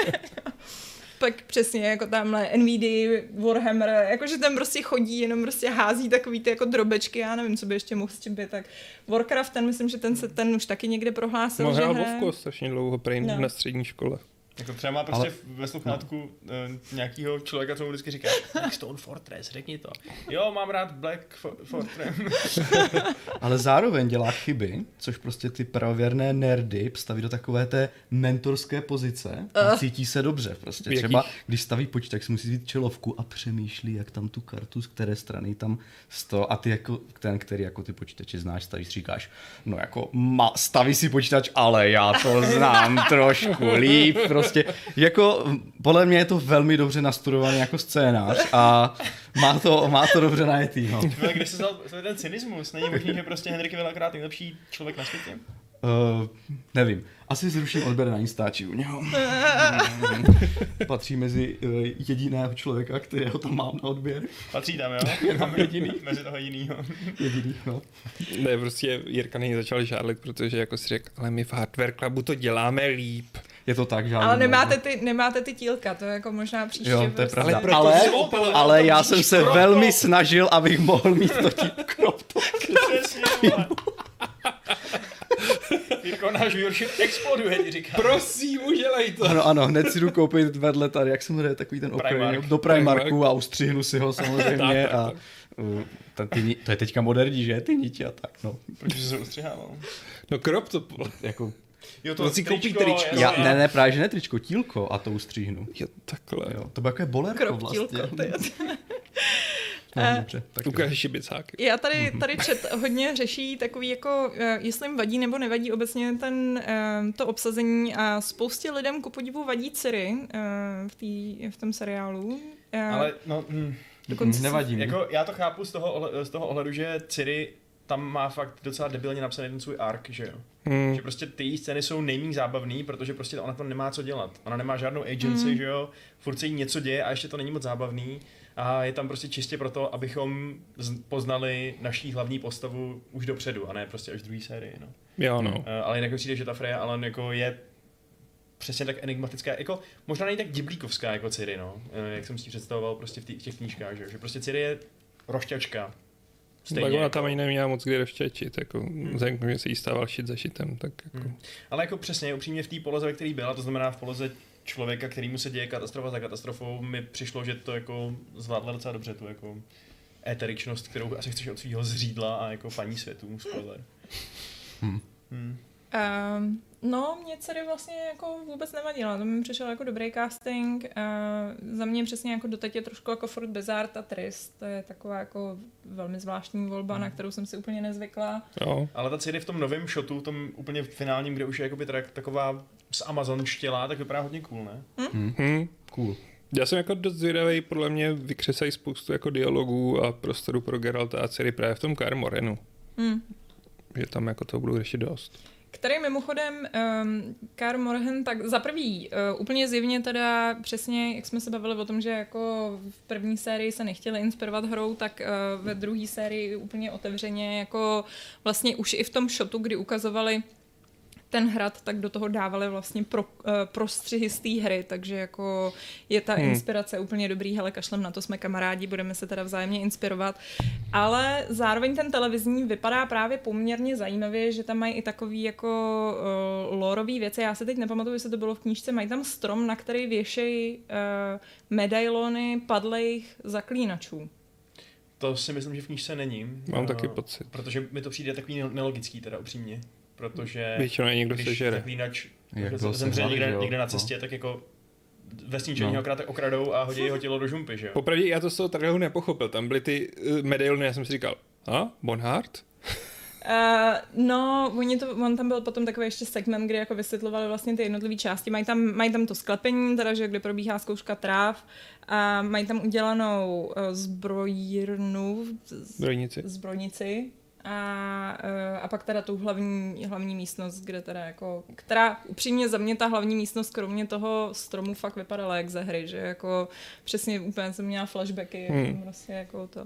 Pak přesně jako tamhle N V D, Warhammer, jakože tam prostě chodí, jenom prostě hází takový ty jako drobečky, já nevím, co by ještě mohl s tím být, tak Warcraft, ten myslím, že ten se ten už taky někde prohlásil, Mohl že hrát hraje. Vovko strašně dlouho prej No. na střední škole. Jako třeba má prostě Ale- ve sluchátku no. uh, nějakýho člověka, co mu vždycky říká Blackstone Fortress, řekni to. Jo, mám rád Black Fo- Fortress. Ale zároveň dělá chyby, což prostě ty pravěrné nerdy staví do takové té mentorské pozice a cítí se dobře. Prostě Jaký? třeba, když staví počítač, tak si musí vzít čelovku a přemýšlí, jak tam tu kartu, z které strany tam sto a ty jako ten, který jako ty počítače znáš, stavíš, říkáš, no jako ma, staví si počítač, ale já to znám trošku líp, prostě jako podle mě je to velmi dobře nastudovaný jako scénář a má to, má to dobře najetý, no. No, kde se vzal ten cynismus? Není možný, že prostě Henry Cavill akorát nejlepší člověk na světě? Uh, nevím. Asi zruším odběr na Instači u něho. Patří mezi uh, jediného člověka, kterého tam mám na odběr. Patří tam, jo? Mám jediný. Mezi toho jinýho. Jediný, no. Ne, prostě Jirka není začal žádlit, protože jako si řekl, ale my v Hardware Clubu to děláme líp. Je to tak, že Ale nemáte ty, nemáte ty tílka, to je jako možná příště. Jo, to je prostě. pravda. proto Ale, jsi opil, ale to já vidíš jsem se proto. velmi snažil, abych mohl mít to tím crop top. Přesně, vole. Jirko, náš viewership exploduje, ti říká. Prosím, udělej to. Ano, ano, hned si jdu koupit vedle tady, jak se jmenuje, takový ten okraj, Primark. do Primarku a ustřihnu si ho samozřejmě Tak, a tak, uh, ta, ty, ni- to je teďka moderní, že? Ty niti a tak, no. Proč jsi se ustřihával? No crop top. Jako, Jo, To si koupí tričko. já, ne, ne, právě že ne tričko, tílko a to ustříhnu. Jo, takhle. Jo, to bylo jako bolerko Kroptílko, vlastně. to je. No, Eh, dobře, tak jo. Ukážeš šibicáky. Já tady, tady čet hodně řeší takový jako, eh, jestli jim vadí nebo nevadí obecně ten, eh, to obsazení a spoustě lidem ku podivu vadí Ciri eh, v, tý, v tom seriálu. Eh, Ale, no, hm. dokonce Mm, nevadí mi. Jako, já to chápu z toho, ohle- z toho ohledu, že Ciri tam má fakt docela debilně napsaný ten svůj ark, že jo. Hmm. Že prostě ty její scény jsou nejméně zábavný, protože prostě ona to nemá co dělat. Ona nemá žádnou agency, Mm. že jo. Furt se jí něco děje a ještě to není moc zábavný. A je tam prostě čistě proto, abychom z- poznali naší hlavní postavu už dopředu, a ne prostě až v druhé sérii, no. Jo, no. Uh, ale jinak mi přijde, že ta Freya Allan jako je přesně tak enigmatická, jako možná není tak diblíkovská jako Ciri, no. Uh, jak jsem si ji představoval prostě v, tý, v těch knížkách, že, že prostě Ciri je rošťačka. Tak ona jako- tam ani neměla moc kde rozčečit, jako hmm. zajímavé, že se jí stával šit za šitem, tak jako... Hmm. Ale jako přesně, upřímně v té poloze, ve který byla, to znamená v poloze člověka, kterýmu se děje katastrofa za katastrofou, mi přišlo, že to jako zvládla docela dobře, tu jako éteričnost, kterou asi chceš od svého zřídla a jako paní světů z pole. Hmm. Hmm. Um, no, mě Ciri vlastně jako vůbec nevadila, to mi přišel jako dobrý casting. Uh, za mě přesně jako doteď je trošku jako furt Bizard a Trist, to je taková jako velmi zvláštní volba, na kterou jsem si úplně nezvykla. Jo. Ale ta Ciri v tom novém shotu, tom úplně finálním, kde už je jakoby teda taková z Amazon štělá, tak vypadá hodně cool, ne? Hmm. Cool. Já jsem jako dost zvědavý, podle mě vykřesají spoustu jako dialogů a prostoru pro Geralta a Ciri právě v tom Kaer Morenu. Hmm. Že tam jako toho budou řešit dost. K který mimochodem um, Kaer Morhen, tak za prvý uh, úplně zjevně teda přesně, jak jsme se bavili o tom, že jako v první sérii se nechtěli inspirovat hrou, tak uh, ve druhé sérii úplně otevřeně jako vlastně už i v tom shotu, kdy ukazovali ten hrad, tak do toho dávali vlastně pro, uh, prostřihy z té hry, takže jako je ta hmm. inspirace úplně dobrý, hele, kašlem na to, jsme kamarádi, budeme se teda vzájemně inspirovat, ale zároveň ten televizní vypadá právě poměrně zajímavě, že tam mají i takový jako uh, lorový věci, já se teď nepamatuju, jestli to bylo v knížce, mají tam strom, na který věšejí uh, medailony padlejch zaklínačů. To si myslím, že v knížce není. Mám uh, taky pocit. Protože mi to přijde takový nelogický teda upřímně. Protože většinou je někdo když sežere. zaklínač Jak zemře někde, jo, někde na no. cestě, tak jako vesničani No. ho krát okradou a hodí jeho tělo do žumpy, že jo? Popravdě já to z toho traileru nepochopil. Tam byly ty uh, medailony, já jsem si říkal, a? Bonhart? Uh, no, oni to, on tam byl potom takový ještě segment, kde jako vysvětlovali vlastně ty jednotlivé části. Mají tam, mají tam to sklepení, teda, že kde probíhá zkouška tráv a mají tam udělanou uh, zbrojírnu, Zbrojnici. zbrojnici a, uh, a pak teda tu hlavní, hlavní místnost, kde teda jako, která upřímně za mě ta hlavní místnost, kromě toho stromu fakt vypadala jak ze hry, že jako přesně úplně jsem měla flashbacky, Hmm. jako prostě jako to.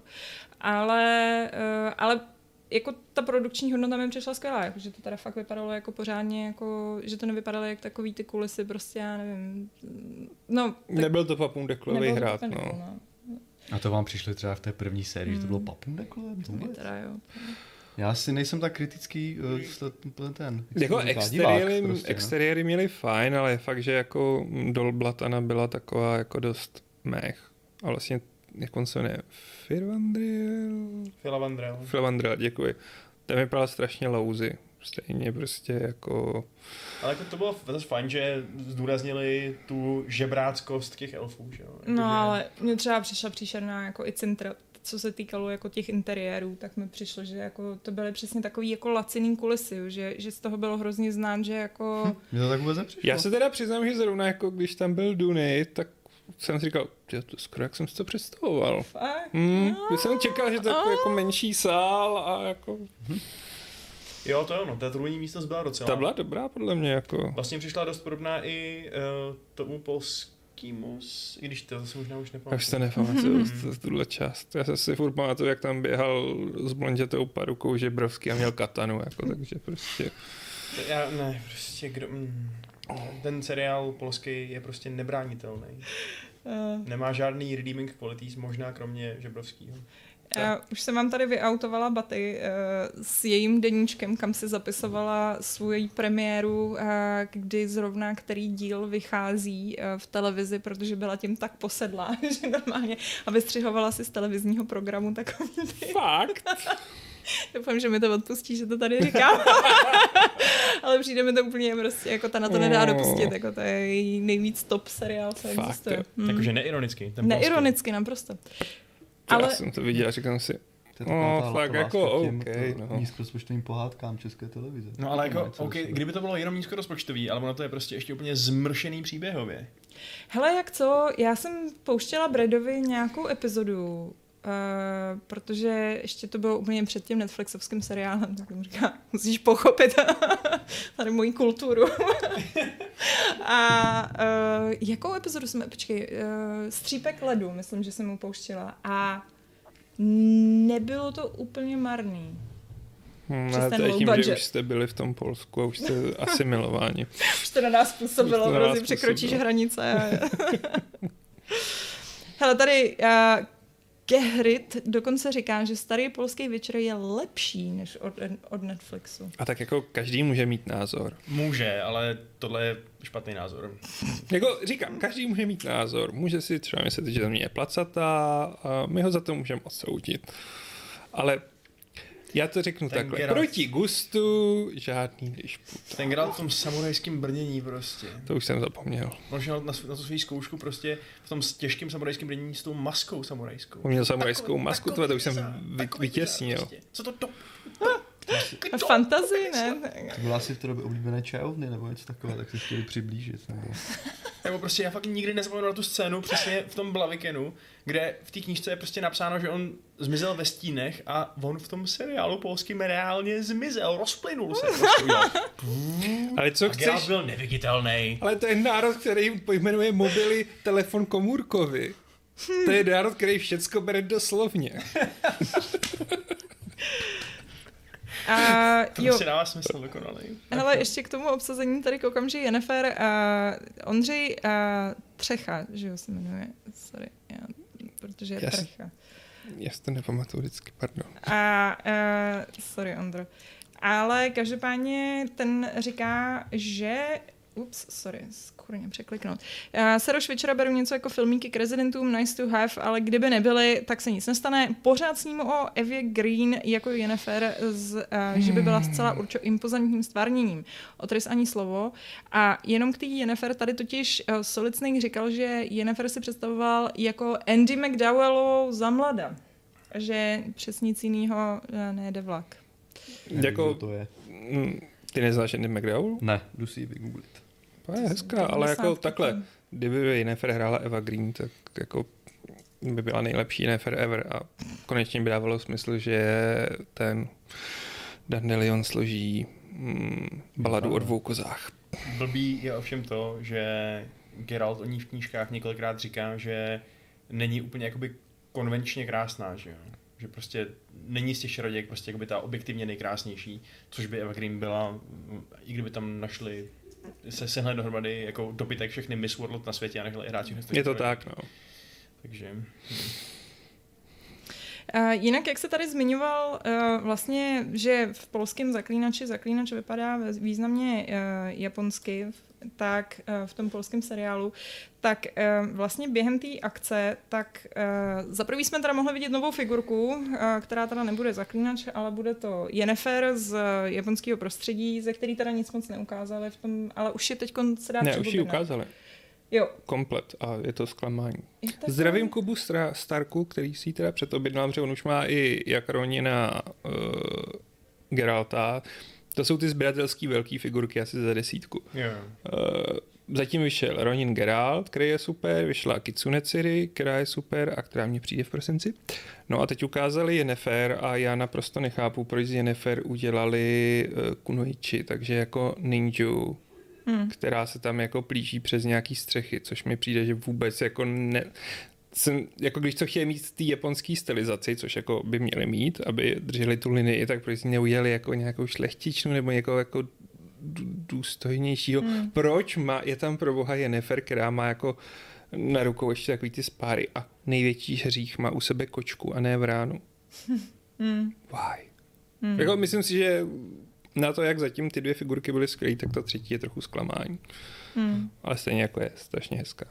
Ale, uh, ale jako ta produkční hodnota mi přišla skvělá, jako, že to teda fakt vypadalo jako pořádně, jako, že to nevypadalo jak takový ty kulisy, prostě já nevím. No, tak Nebyl to papundeklový nebylo to hrát, Papundekl, no. no. A to vám přišli třeba v té první sérii, že to bylo Papundeklo? To mě teda, jo. Já si nejsem tak kritický uh, ten. Jako jak se to říká, exteriéry, divák prostě, no. exteriéry měly fajn, ale je fakt, že jako Dol Blatana byla taková jako dost mech. A vlastně, jak on se jmenuje? Firvandriel? Filavandrel. Filavandriel, děkuji. Ten vypadal strašně lousy. Stejně prostě jako... Ale jako to bylo zase fajn, že zdůraznili tu žebráckost těch elfů, že jo? No, ale mě třeba přišla příšerná jako i centra, co se týkalo jako těch interiérů, tak mi přišlo, že jako to byly přesně takový jako laciný kulisy, že, že z toho bylo hrozně znát, že jako... Mně to tak vůbec nepřišlo. Já se teda přiznám, že zrovna jako když tam byl Duny, tak jsem si říkal, že to skoro jak jsem si to představoval. Fakt? Hmm, No. jsem čekal, že to je jako, jako menší sál a jako... Jo, to je ono, ta druhní místnost byla docela. Ta byla dobrá podle mě jako... Vlastně přišla dost podobná i uh, tomu polskému, s- i když to zase možná už Já nepamatuju. už to nepamatuju, t- tuhle část. Já se si furt pamatuju, jak tam běhal s blondětou parukou Žebrovský a měl katanu, jako, takže prostě... Já, ne, prostě kdo... Mm, ten seriál polský je prostě nebránitelný. Uh, Nemá žádný redeeming qualities, možná kromě Žebrovskýho. Já už jsem vám tady vyautovala Baty uh, s jejím deníčkem, kam si zapisovala svou premiéru, uh, kdy zrovna který díl vychází uh, v televizi, protože byla tím tak posedlá, že normálně a vystřihovala si z televizního programu takový ty... Fakt? Doufám, že mi to odpustí, že to tady říkám. Ale přijde mi to úplně prostě, jako ta na to nedá dopustit, jako to je její nejvíc top seriál, co Fakt, existuje. jo. Hmm. Takže neironicky. Ten Neironicky, naprosto. Ale... Ale Já jsem to viděl a říkal si, To je taková No, ta fakt láska jako k těm, OK, to no. nízkorozpočtovým pohádkám České televize. No ale To má jako, něco do okay, sebe. kdyby to bylo jenom nízkorozpočtový, ale ono to je prostě ještě úplně zmršený příběhově. hele, jak co, já jsem pouštěla Bradovi nějakou epizodu, Uh, protože ještě to bylo úplně před tím Netflixovským seriálem, tak mu říká, musíš pochopit tady moji kulturu. A uh, jakou epizodu jsme, počkej, uh, Střípek ledu, myslím, že jsem mu pouštěla a nebylo to úplně marný. hm, Přes ale ten to je low tím, že budget. už jste byli v tom Polsku a už jste asimilováni. Už to na nás působilo, Už to na prostě nás překročíš působilo. hranice. A... Hele, tady uh, Kehrit dokonce říká, že starý polský večer je lepší než od, od Netflixu. A tak jako každý může mít názor. Může, ale tohle je špatný názor. Jako říkám, každý může mít názor. Může si třeba myslet, že země je placatá a my ho za to můžeme odsoudit. Ale já to řeknu Ten takhle. Geralt. Proti gustu žádný dišput. Ten Geralt v tom samurajském brnění prostě. To už jsem zapomněl. On šel na, na tu svou zkoušku prostě v tom těžkém samurajském brnění s tou maskou samurajskou. On měl samurajskou Takový- masku, takový to už jsem bizar, vy, takový vytěsnil. bizar prostě. Co to to? Fantazii, ne? To byla asi v té době oblíbené čajovny nebo něco takové, tak se chtěli přiblížit. Nebo, nebo prostě já fakt nikdy nezapomenu na tu scénu přesně v tom Blavikenu, kde v té knížce je prostě napsáno, že on zmizel ve stínech a on v tom seriálu polským reálně zmizel, rozplynul se. Prostě udělal. Ale co a chceš? Geralt byl neviditelný. Ale to je národ, který pojmenuje mobily telefon komůrkový. To je národ, který všecko bere doslovně. A to jo. si dává smysl dokonalej. Hele, ještě k tomu obsazení tady koukám, že Yennefer a Ondřej a Třecha, že jo, se jmenuje, sorry, já, protože je Jas, Třecha. Já si to nepamatuju vždycky, pardon. A, a sorry, Ondro. Ale každopádně ten říká, že ups, sorry, skurně překliknout. Uh, Saroš večera beru něco jako filmíky k rezidentům, nice to have, ale kdyby nebyly, tak se nic nestane. Pořád snímu o Evě Green jako Yennefer, z, uh, že by byla zcela určitě impozantním stvárněním. O Tris ani slovo. A jenom k té Yennefer tady totiž uh, Solid Snake říkal, že Yennefer si představoval jako Andy McDowellovou za mlada. Že přes nic jinýho uh, nejde vlak. Jako, to je. Ty neznáš Andy McDowell? Ne, jdu si ji vygooglit. To je hezká, ale jako takhle, kdyby Yennefer hrála Eva Green, tak jako by byla nejlepší Yennefer ever a konečně by dávalo smysl, že ten Dandelion složí mm, baladu o dvou kozách. Blbý je ovšem to, že Geralt o ní v knížkách několikrát říká, že není úplně jakoby konvenčně krásná, že jo? Že prostě není z těch čarodějek prostě jakoby ta objektivně nejkrásnější, což by Eva Green byla, i kdyby tam našli se sehle dohromady jako dobytek všechny Miss World na světě a nechali hrát všechny. Je to tak, no. Takže... Uh, jinak, jak se tady zmiňoval, uh, vlastně, že v polském zaklínači zaklínač vypadá významně uh, japonsky, tak uh, v tom polském seriálu, tak uh, vlastně během té akce, tak uh, za prvý jsme teda mohli vidět novou figurku, uh, která teda nebude zaklínač, ale bude to Yennefer z uh, japonského prostředí, ze který teda nic moc neukázali v tom, ale už je teď se dá Ne, už ji ukázali. Jo. Komplet a je to zklamání. Je to Zdravím Kubu Stra- Starku, který si ji teda předobjednal, protože on už má i jak Ronina uh, Geralta. To jsou ty sběratelský velký figurky asi za desítku. Yeah. Uh, zatím vyšel Ronin Geralt, který je super, vyšla Kitsune Ciri, která je super a která mě přijde v prosinci. No a teď ukázali Yennefer a já naprosto nechápu, proč z Yennefer udělali uh, kunoichi, takže jako ninju. Hmm. Která se tam jako plíží přes nějaký střechy, což mi přijde, že vůbec jako ne... Jsem, jako když to chtěli mít v té japonské stylizaci, což jako by měli mít, aby drželi tu linii, tak proč neudělali jako nějakou šlechtičnu nebo někoho jako důstojnějšího. Hmm. Proč má, je tam pro boha Yennefer, která má jako na rukou ještě takový ty spáry a největší hřích má u sebe kočku a ne vránu. Hmm. Why? Hmm. Jako myslím si, že na to, jak zatím ty dvě figurky byly skvělý, tak ta třetí je trochu zklamání. Hmm. Ale stejně jako je strašně hezká.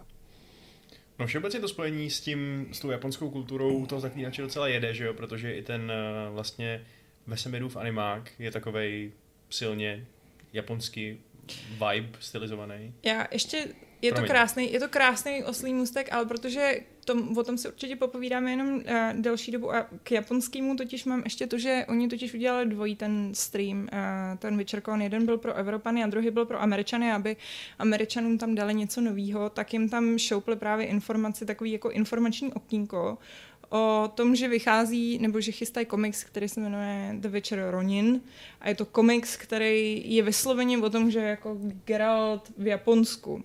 No všeobecně to spojení s tím, s tou japonskou kulturou toho zaklínače docela jede, že jo, protože i ten vlastně Vesemirův animák je takovej silně japonský vibe stylizovaný. Já ještě, je to krásný, je to krásný oslý můstek, ale protože tom, o tom si určitě popovídáme jenom uh, delší dobu a k japonskému totiž mám ještě to, že oni totiž udělali dvojí ten stream, uh, ten Witchercon, jeden byl pro Evropany a druhý byl pro Američany, aby Američanům tam dali něco novýho, tak jim tam šoupli právě informaci, takový jako informační okýnko o tom, že vychází, nebo že chystají komiks, který se jmenuje The Witcher Ronin a je to komiks, který je vysloveně o tom, že je jako Geralt v Japonsku.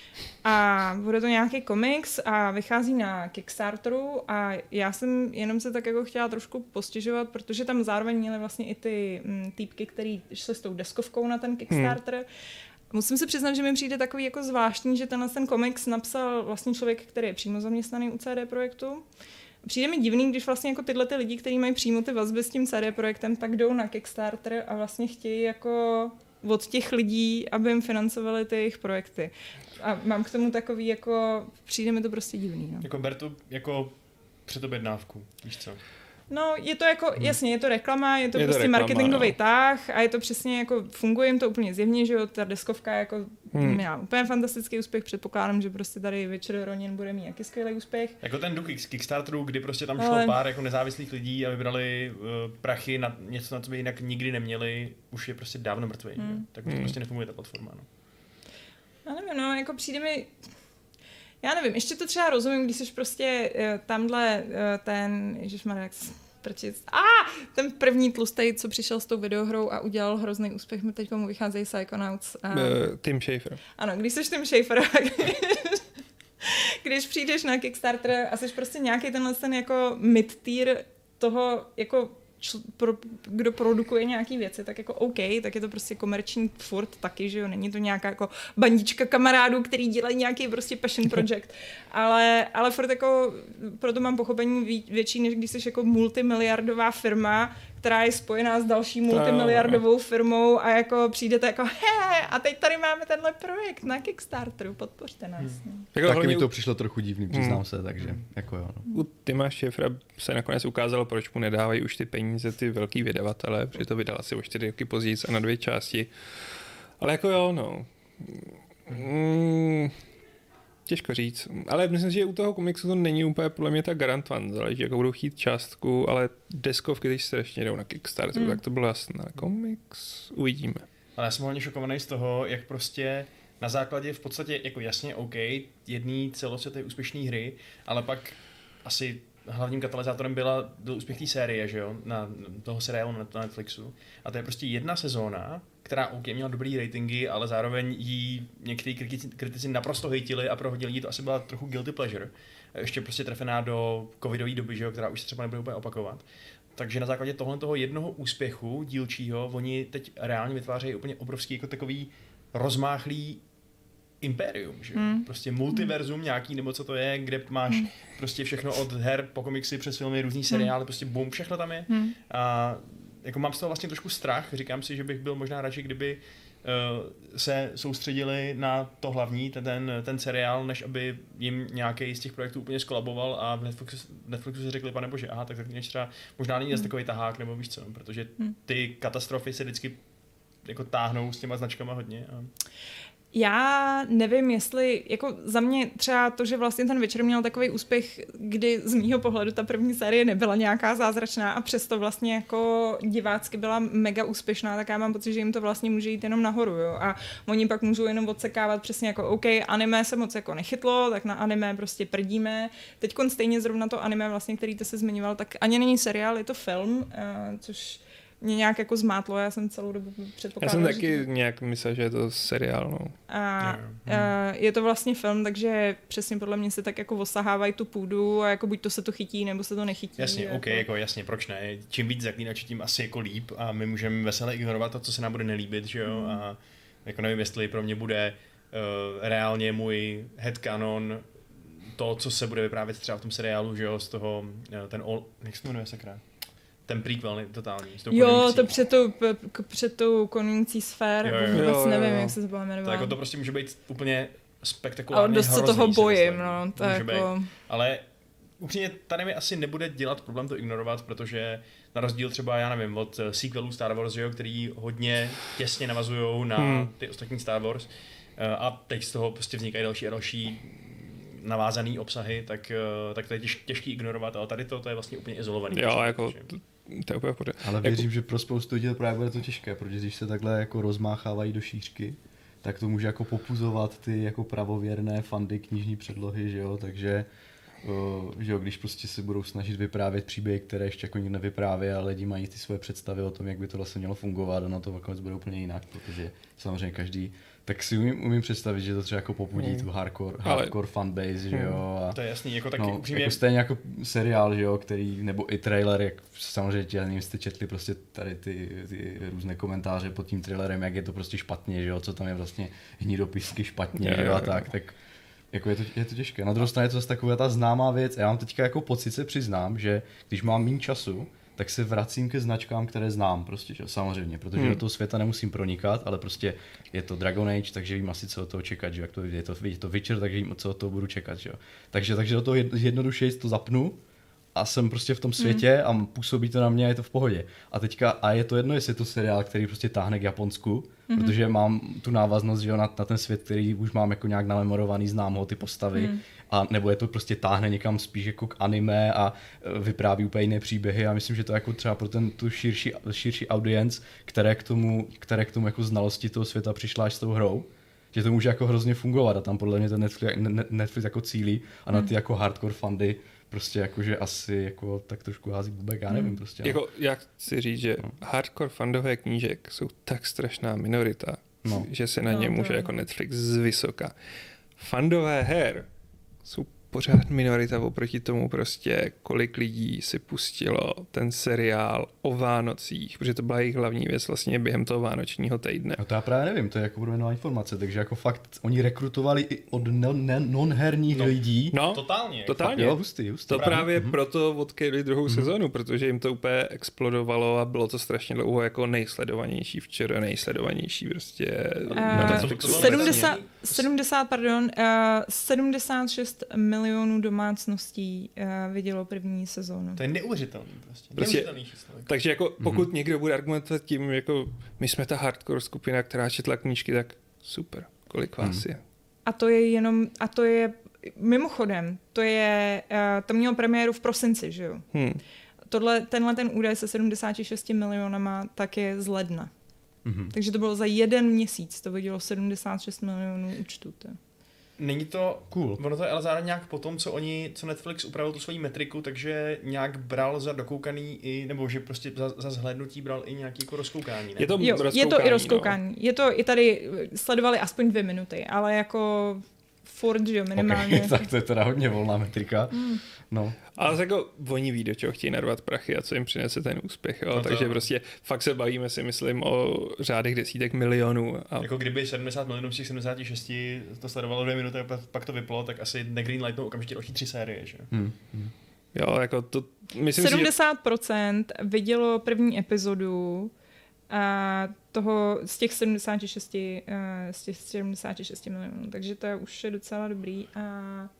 A bude to nějaký komiks a vychází na Kickstarteru a já jsem jenom se tak jako chtěla trošku postěžovat, protože tam zároveň měly vlastně i ty m, týpky, který šly s tou deskovkou na ten Kickstarter. Hmm. Musím se přiznat, že mi přijde takový jako zvláštní, že tenhle ten komiks napsal vlastně člověk, který je přímo zaměstnaný u C D Projektu. Přijde mi divný, když vlastně jako tyhle ty lidi, kteří mají přímo ty vazby s tím C D Projektem, tak jdou na Kickstarter a vlastně chtějí jako od těch lidí, aby jim financovali ty jejich projekty. A mám k tomu takový jako, přijde mi to prostě divný. No. Jako ber to jako předobjednávku, víš co? No, je to jako, hmm. jasně, je to reklama, je to je prostě to reklama, marketingový no. tah a je to přesně jako, funguje jim to úplně zjevně, že jo, ta deskovka je jako Hmm. Já úplně fantastický úspěch, předpokládám, že prostě tady Witcher Ronin bude mít jaký skvělý úspěch. Jako ten duch Kickstarteru, kdy prostě tam šlo Ale... pár jako nezávislých lidí a vybrali uh, prachy na něco, na co by jinak nikdy neměli, už je prostě dávno mrtvý. Hmm. Tak už to prostě nefunguje ta platforma. No. Já nevím, no, jako přijde mi... Já nevím, ještě to třeba rozumím, když jsi prostě uh, tamhle uh, ten, ježišmarja, jak prčic, a ah, ten první tlustej, co přišel s tou videohrou a udělal hrozný úspěch, mi teď mu vycházejí Psychonauts. A... Uh, Tim Schafer. Ano, když jsi Tim Schafer, když přijdeš na Kickstarter a jsi prostě nějaký tenhle ten jako mid-tier toho jako čl- pro, kdo produkuje nějaký věci, tak jako OK, tak je to prostě komerční furt taky, že jo, není to nějaká jako bandička kamarádů, který dělají nějaký prostě passion project, ale, ale furt jako proto mám pochopení ví, větší, než když jsi jako multimiliardová firma, která je spojená s další multimiliardovou firmou a jako přijdete jako he, a teď tady máme tenhle projekt na Kickstarteru, podpořte nás. Hmm. Taky mi to přišlo trochu divný, přiznám hmm. se, takže jako jo. No. U Tima Schäfera se nakonec ukázalo, proč mu nedávají už ty peníze ty velký vydavatele, protože to vydala si o čtyři roky později a na dvě části. Ale jako jo, no. Mm, těžko říct. Ale myslím si, že u toho komiksu to není úplně podle mě tak garantovaný. Záleží, jako budou chtít částku, ale deskovky, když strašně jdou na Kickstarter, hmm. tak to bylo jasné. Komiks uvidíme. Ale já jsem hodně šokovaný z toho, jak prostě na základě v podstatě jako jasně OK, jedný celosvětové úspěšné hry, ale pak asi hlavním katalyzátorem byla, byl úspěch té série, že jo, na toho seriálu na Netflixu. A to je prostě jedna sezóna, která OK, měla dobrý ratingy, ale zároveň jí někteří kritici, kritici naprosto hejtili a pro hodně lidí to asi byla trochu guilty pleasure. Ještě prostě trefená do covidové doby, že jo, která už se třeba nebude úplně opakovat. Takže na základě tohle toho jednoho úspěchu dílčího, oni teď reálně vytvářejí úplně obrovský jako takový rozmáchlý impérium, že hmm. prostě multiverzum hmm. nějaký, nebo co to je, kde máš hmm. prostě všechno od her po komiksy přes filmy, různý seriály, hmm. prostě bum, všechno tam je. Hmm. A jako mám z toho vlastně trošku strach, říkám si, že bych byl možná radši, kdyby uh, se soustředili na to hlavní, ten, ten seriál, než aby jim nějaký z těch projektů úplně skolaboval a v Netflixu, Netflixu si řekli, pane bože, aha, tak, tak třeba možná není hmm. takový tahák, nebo víš co, protože ty katastrofy se vždycky jako táhnou s těma značkama hodně. A... Já nevím, jestli, jako za mě třeba to, že vlastně ten Witcher měl takový úspěch, kdy z mýho pohledu ta první série nebyla nějaká zázračná a přesto vlastně jako divácky byla mega úspěšná, tak já mám pocit, že jim to vlastně může jít jenom nahoru, jo. A oni pak můžou jenom odsekávat přesně jako OK, anime se moc jako nechytlo, tak na anime prostě prdíme. Teďkon stejně zrovna to anime vlastně, který ty se zmiňoval, tak ani není seriál, je to film, uh, což mě nějak jako zmátlo, já jsem celou dobu předpokládala. Já jsem taky že... nějak myslel, že je to seriál, no. A uh, je to vlastně film, takže přesně podle mě se tak jako osahávají tu půdu a jako buď to se to chytí, nebo se to nechytí. Jasně, jako... ok, jako jasně, proč ne? Čím víc zaklínačů, tím asi jako líp a my můžeme veselé ignorovat to, co se nám bude nelíbit, že jo? Hmm. A jako nevím, jestli pro mě bude uh, reálně můj headcanon to, co se bude vyprávět třeba v tom seriálu, že jo, z toho, uh, ten all, jak se to jmenuje sakra? Ten prequel totální. Jo, to před tou, p- před tou konjunkcí sfér, jo, jo, vůbec jo, jo. nevím, jak se to bylo jmenovat. Tak jako to prostě může být úplně spektakulárně ale dost se toho bojím, no. To jako... Ale upřímně tady mi asi nebude dělat problém to ignorovat, protože na rozdíl třeba, já nevím, od sequelů Star Wars, jo, který hodně těsně navazují na hmm. ty ostatní Star Wars a teď z toho prostě vznikají další a další navázaný obsahy, tak, tak to je těž, těžký ignorovat, ale tady to, to je vlastně úplně izolovaný. Jo, jako... To je úplně pořád. Ale věřím, jako... že pro spoustu lidí to právě bude to těžké, protože když se takhle jako rozmáchávají do šířky, tak to může jako popuzovat ty jako pravověrné fandy knižní předlohy, že jo, takže uh, že jo, když prostě se budou snažit vyprávět příběhy, které ještě jako nikdo nevypráví a lidi mají ty svoje představy o tom, jak by to vlastně mělo fungovat a na to nakonec bude úplně jinak, protože samozřejmě každý, tak si umím, umím představit, že to třeba jako popudí hmm. tu hardcore, hardcore Ale... fanbase, že jo. A, to je jasný, jako taky no, upřímně... Jako stejně jako seriál, že jo, který, nebo i trailer, jak samozřejmě, já nevím, jste četli prostě tady ty, ty různé komentáře pod tím trailerem, jak je to prostě špatně, že jo, co tam je vlastně hnidopisky špatně, že jo, a tak, tak jako je to, je to těžké. Na druhou stranu je to zase taková ta známá věc a já mám teďka jako pocit, se přiznám, že když mám méně času, tak se vracím ke značkám, které znám prostě, že? Samozřejmě, protože hmm. do toho světa nemusím pronikat, ale prostě je to Dragon Age, takže vím asi, co od toho čekat, že? Jak to, je, to, je to Witcher, takže vím, co od toho budu čekat, že? Takže, takže do toho jednodušeji to zapnu a jsem prostě v tom světě a působí to na mě a je to v pohodě. A teďka, a je to jedno, jestli je to seriál, který prostě táhne k Japonsku, mm-hmm. protože mám tu návaznost, že jo, na, na ten svět, který už mám jako nějak namemorovaný, znám ho, ty postavy, mm. a nebo je to prostě táhne někam spíš jako k anime a vypráví úplně jiné příběhy a myslím, že to jako třeba pro ten tu širší, širší audience, které k tomu, které k tomu jako znalosti toho světa přišla až s tou hrou, že to může jako hrozně fungovat a tam podle mě ten Netflix, Netflix jako cílí a na ty jako hardcore fandy prostě jakože asi jako tak trošku hází bubek, já nevím prostě. Jako já chci říct, že no. hardcore fandové knížek jsou tak strašná minorita, no. že se na ně no, může jako Netflix zvysoka. Fandové her jsou pořád minorita oproti tomu prostě, kolik lidí si pustilo ten seriál o Vánocích, protože to byla jejich hlavní věc vlastně během toho vánočního týdne. No to já právě nevím, to je jako nová informace, takže jako fakt oni rekrutovali i od non-herních no, lidí. No, totálně. Totálně. Jo, hustý, hustý. To právě, právě mm-hmm. proto odkryli druhou mm-hmm. sezonu, protože jim to úplně explodovalo a bylo to strašně dlouho jako nejsledovanější včera, nejsledovanější prostě. Uh, sedmdesát, sedmdesát, pardon, uh, sedmdesát šest milionů domácností uh, vidělo první sezónu. To je neuvěřitelný prostě. prostě neuvěřitelný číslo. Takže jako pokud mm-hmm. někdo bude argumentovat tím, jako my jsme ta hardcore skupina, která četla knížky, tak super, kolik vás mm. je. A to je jenom, a to je mimochodem, to je, uh, to mělo premiéru v prosinci, že jo? Hmm. Tohle, tenhle ten údaj se sedmdesáti šesti milionama tak je z ledna. Mm-hmm. Takže to bylo za jeden měsíc, to vidělo sedmdesát šest milionů účtů. To. Není to cool. Ono to je ale zároveň nějak po tom, co oni, co Netflix upravil tu svoji metriku, takže nějak bral za dokoukaný i, nebo že prostě za, za zhlédnutí bral i nějaký jako rozkoukání. Ne? Je to, jo, je to i rozkoukání. No. Je to i tady, sledovali aspoň dvě minuty, ale jako furt, že jo, minimálně. Okay, tak to je teda hodně volná metrika. Mm. No. Ale jako oni ví, do čeho chtějí narvat prachy a co jim přinese ten úspěch. Jo? No to... Takže prostě fakt se bavíme si, myslím, o řádech desítek milionů. A... Jako kdyby sedmdesát milionů z těch sedmdesáti šesti to sledovalo dvě minuty a pak to vyplo, tak asi negreenlightnou okamžitě další tři série. Že? Hmm. Hmm. Jo, jako to... Myslím sedmdesát procent si, že... vidělo první epizodu a toho z těch sedmdesáti šesti, z těch sedmdesáti šesti milionů. Takže to je už je docela dobrý a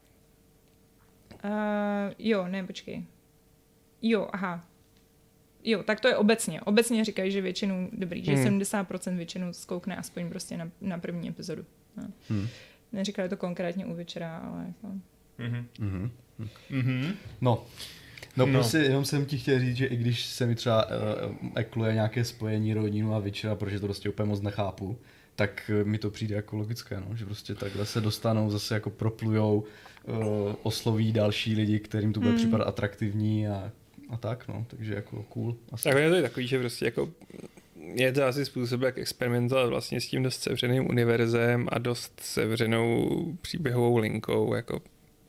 Uh, jo, ne, počkej. Jo, aha. Jo, tak to je obecně. Obecně říkají, že většinou, dobrý, hmm. že sedmdesát procent většinou zkoukne aspoň prostě na, na první epizodu. No. Hmm. Neříkali to konkrétně u večera, ale jako... Mm-hmm. Mm-hmm. Mm-hmm. No. No, no prostě jenom jsem ti chtěl říct, že i když se mi třeba uh, ekluje nějaké spojení rodinu a večera, protože to prostě úplně moc nechápu, tak mi to přijde jako logické, no? Že prostě takhle se dostanou, zase jako proplujou, uh, osloví další lidi, kterým to bude mm. připadat atraktivní a, a tak, no, takže jako cool. Asi. Tak je to takový, že prostě jako je to asi způsob, jak experimentovat vlastně s tím dost sevřeným univerzem a dost sevřenou příběhovou linkou, jako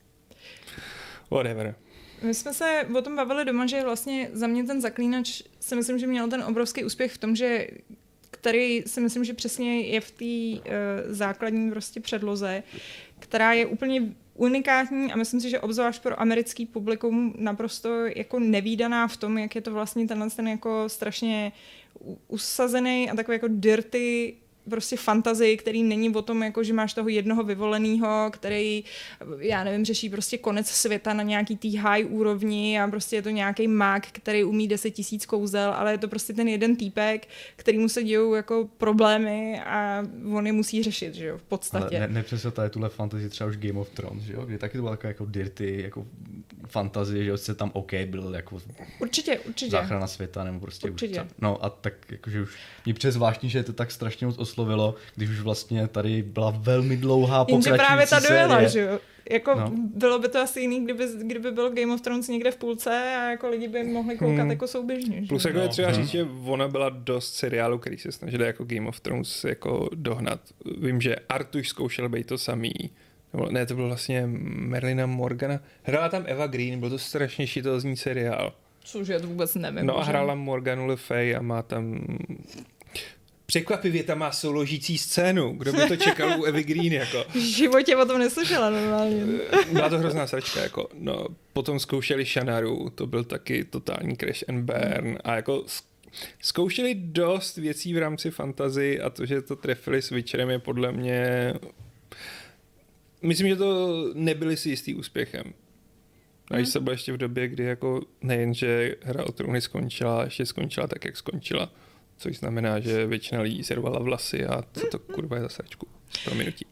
whatever. My jsme se o tom bavili doma, že vlastně za mě ten Zaklínač si myslím, že měl ten obrovský úspěch v tom, že který si myslím, že přesně je v té uh, základní prostě předloze, která je úplně unikátní a myslím si, že obzvlášť pro americký publikum naprosto jako nevídaná v tom, jak je to vlastně tenhle ten jako strašně usazený a takový jako dirty prostě fantazii, který není o tom, jako, že máš toho jednoho vyvoleného, který, já nevím, řeší prostě konec světa na nějaký tý high úrovni a prostě je to nějaký mák, který umí deset tisíc kouzel, ale je to prostě ten jeden týpek, kterýmu se dějou jako problémy a on je musí řešit, že jo, v podstatě. Ale ne, nepředstavte tuhle fantazii třeba už Game of Thrones, že jo, kdy taky to byla taková jako dirty, jako fantazie, že se tam OK byl jako určitě, určitě. záchrana světa, nebo prostě určitě. Už no a tak jakože už mě přezvláštní, že je to tak strašně moc oslovilo, když už vlastně tady byla velmi dlouhá pokračující série. Právě ta dojela, že jo. Jako no. Bylo by to asi jiný, kdyby, kdyby bylo Game of Thrones někde v půlce a jako lidi by mohli koukat hmm. jako souběžně. Plus jako je třeba říct, že ona byla dost seriálu, který se snažili jako Game of Thrones jako dohnat. Vím, že Artuš zkoušel být to samý. Ne, to byl vlastně Merlina Morgana. Hrála tam Eva Green, byl to strašně šitovný seriál. Což já to vůbec nevím. No a hrála Morganu Le Fay a má tam... Překvapivě tam má souložící scénu. Kdo by to čekal u Evy Green, jako. V životě o tom neslyšela normálně. Byla to hrozná sračka, jako. No, potom zkoušeli Shanaru, to byl taky totální crash and burn a jako zkoušeli dost věcí v rámci fantasy a to, že to trefili s Witcherem je podle mě... Myslím, že to nebyli si jistý úspěchem. No, když se byla ještě v době, kdy jako nejenže Hra o trůny skončila, ještě skončila tak, jak skončila. Což znamená, že většina lidí si rvala vlasy a co to kurva je za sračku. Prominutí.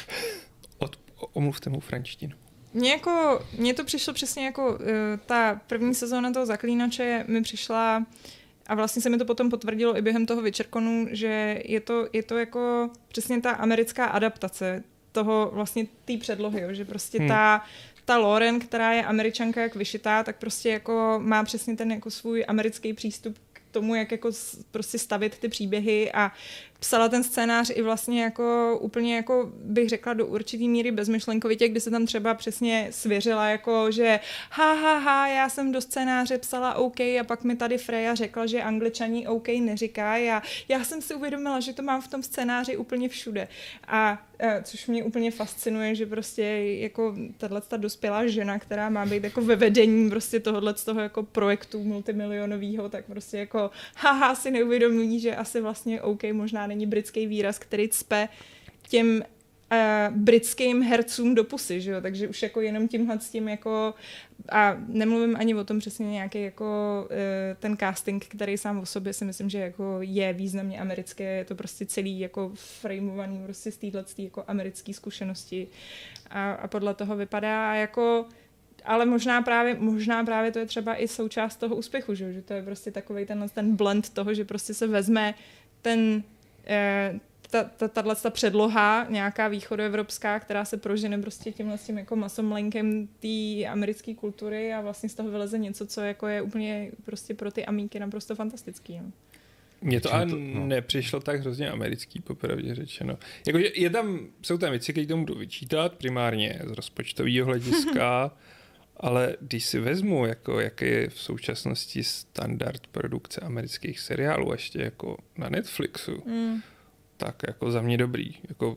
Od, omluvte mu franštinu. Mně jako, mně to přišlo přesně jako uh, ta první sezóna toho Zaklínače mi přišla a vlastně se mi to potom potvrdilo i během toho Witcherconu, že je to, je to jako přesně ta americká adaptace toho vlastně té předlohy, jo, že prostě hmm. ta ta Lauren, která je Američanka jak vyšitá, tak prostě jako má přesně ten jako svůj americký přístup k tomu, jak jako prostě stavit ty příběhy a psala ten scénář i vlastně jako úplně jako bych řekla do určitý míry bezmyšlenkovitě, kdy se tam třeba přesně svěřila jako, že ha, ha, ha, já jsem do scénáře psala OK a pak mi tady Freya řekla, že Angličani OK neříká a já jsem si uvědomila, že to mám v tom scénáři úplně všude. A což mě úplně fascinuje, že prostě jako tato dospělá žena, která má být jako ve vedení prostě tohohle z toho jako projektu multimilionového, tak prostě jako haha si neuvědomí, že asi vlastně OK možná není britský výraz, který cpe těm uh, britským hercům do pusy, že jo? Takže už jako jenom tímhle s tím jako a nemluvím ani o tom přesně nějaký jako uh, ten casting, který sám o sobě si myslím, že jako je významně americký, je to prostě celý jako frameovaný prostě z téhle jako americké zkušenosti a, a podle toho vypadá a jako ale možná právě, možná právě to je třeba i součást toho úspěchu, že, že to je prostě takovej ten, ten blend toho, že prostě se vezme ten eh, ta, ta, tato ta předloha, nějaká východoevropská, která se prožene prostě tímhle s tím jako masomlenkem té americké kultury a vlastně z toho vyleze něco, co jako je úplně prostě pro ty amíky naprosto fantastický. No. Mně to ale no. nepřišlo tak hrozně americký, popravdě řečeno. Jakože je tam, jsou tam věci, které tomu budu vyčítat, primárně z rozpočtového hlediska, ale když si vezmu, jako, jaký je v současnosti standard produkce amerických seriálů, ještě jako na Netflixu, mm. tak jako za mě dobrý. Jako,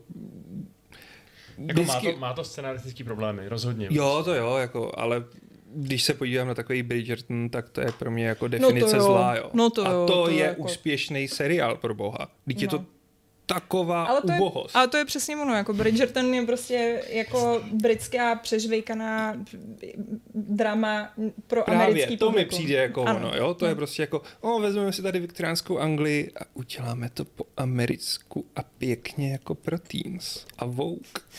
jako vždycky... má, to, má to scenaristický problémy, rozhodně. Jo, to jo, jako, ale když se podívám na takový Bridgerton, tak to je pro mě jako definice no jo. zlá. Jo. No to a jo, to, to je jako... úspěšný seriál, pro boha. Když no. je to taková ale to ubohost. Je, ale to je přesně ono, jako Bridgerton je prostě jako britská přežvejkaná drama pro Právě, americký to publikum. mi přijde jako ano. ono, jo? To no. je prostě jako, o, vezmeme si tady viktoriánskou Anglii a uděláme to po americku a pěkně jako pro teens. A Vogue.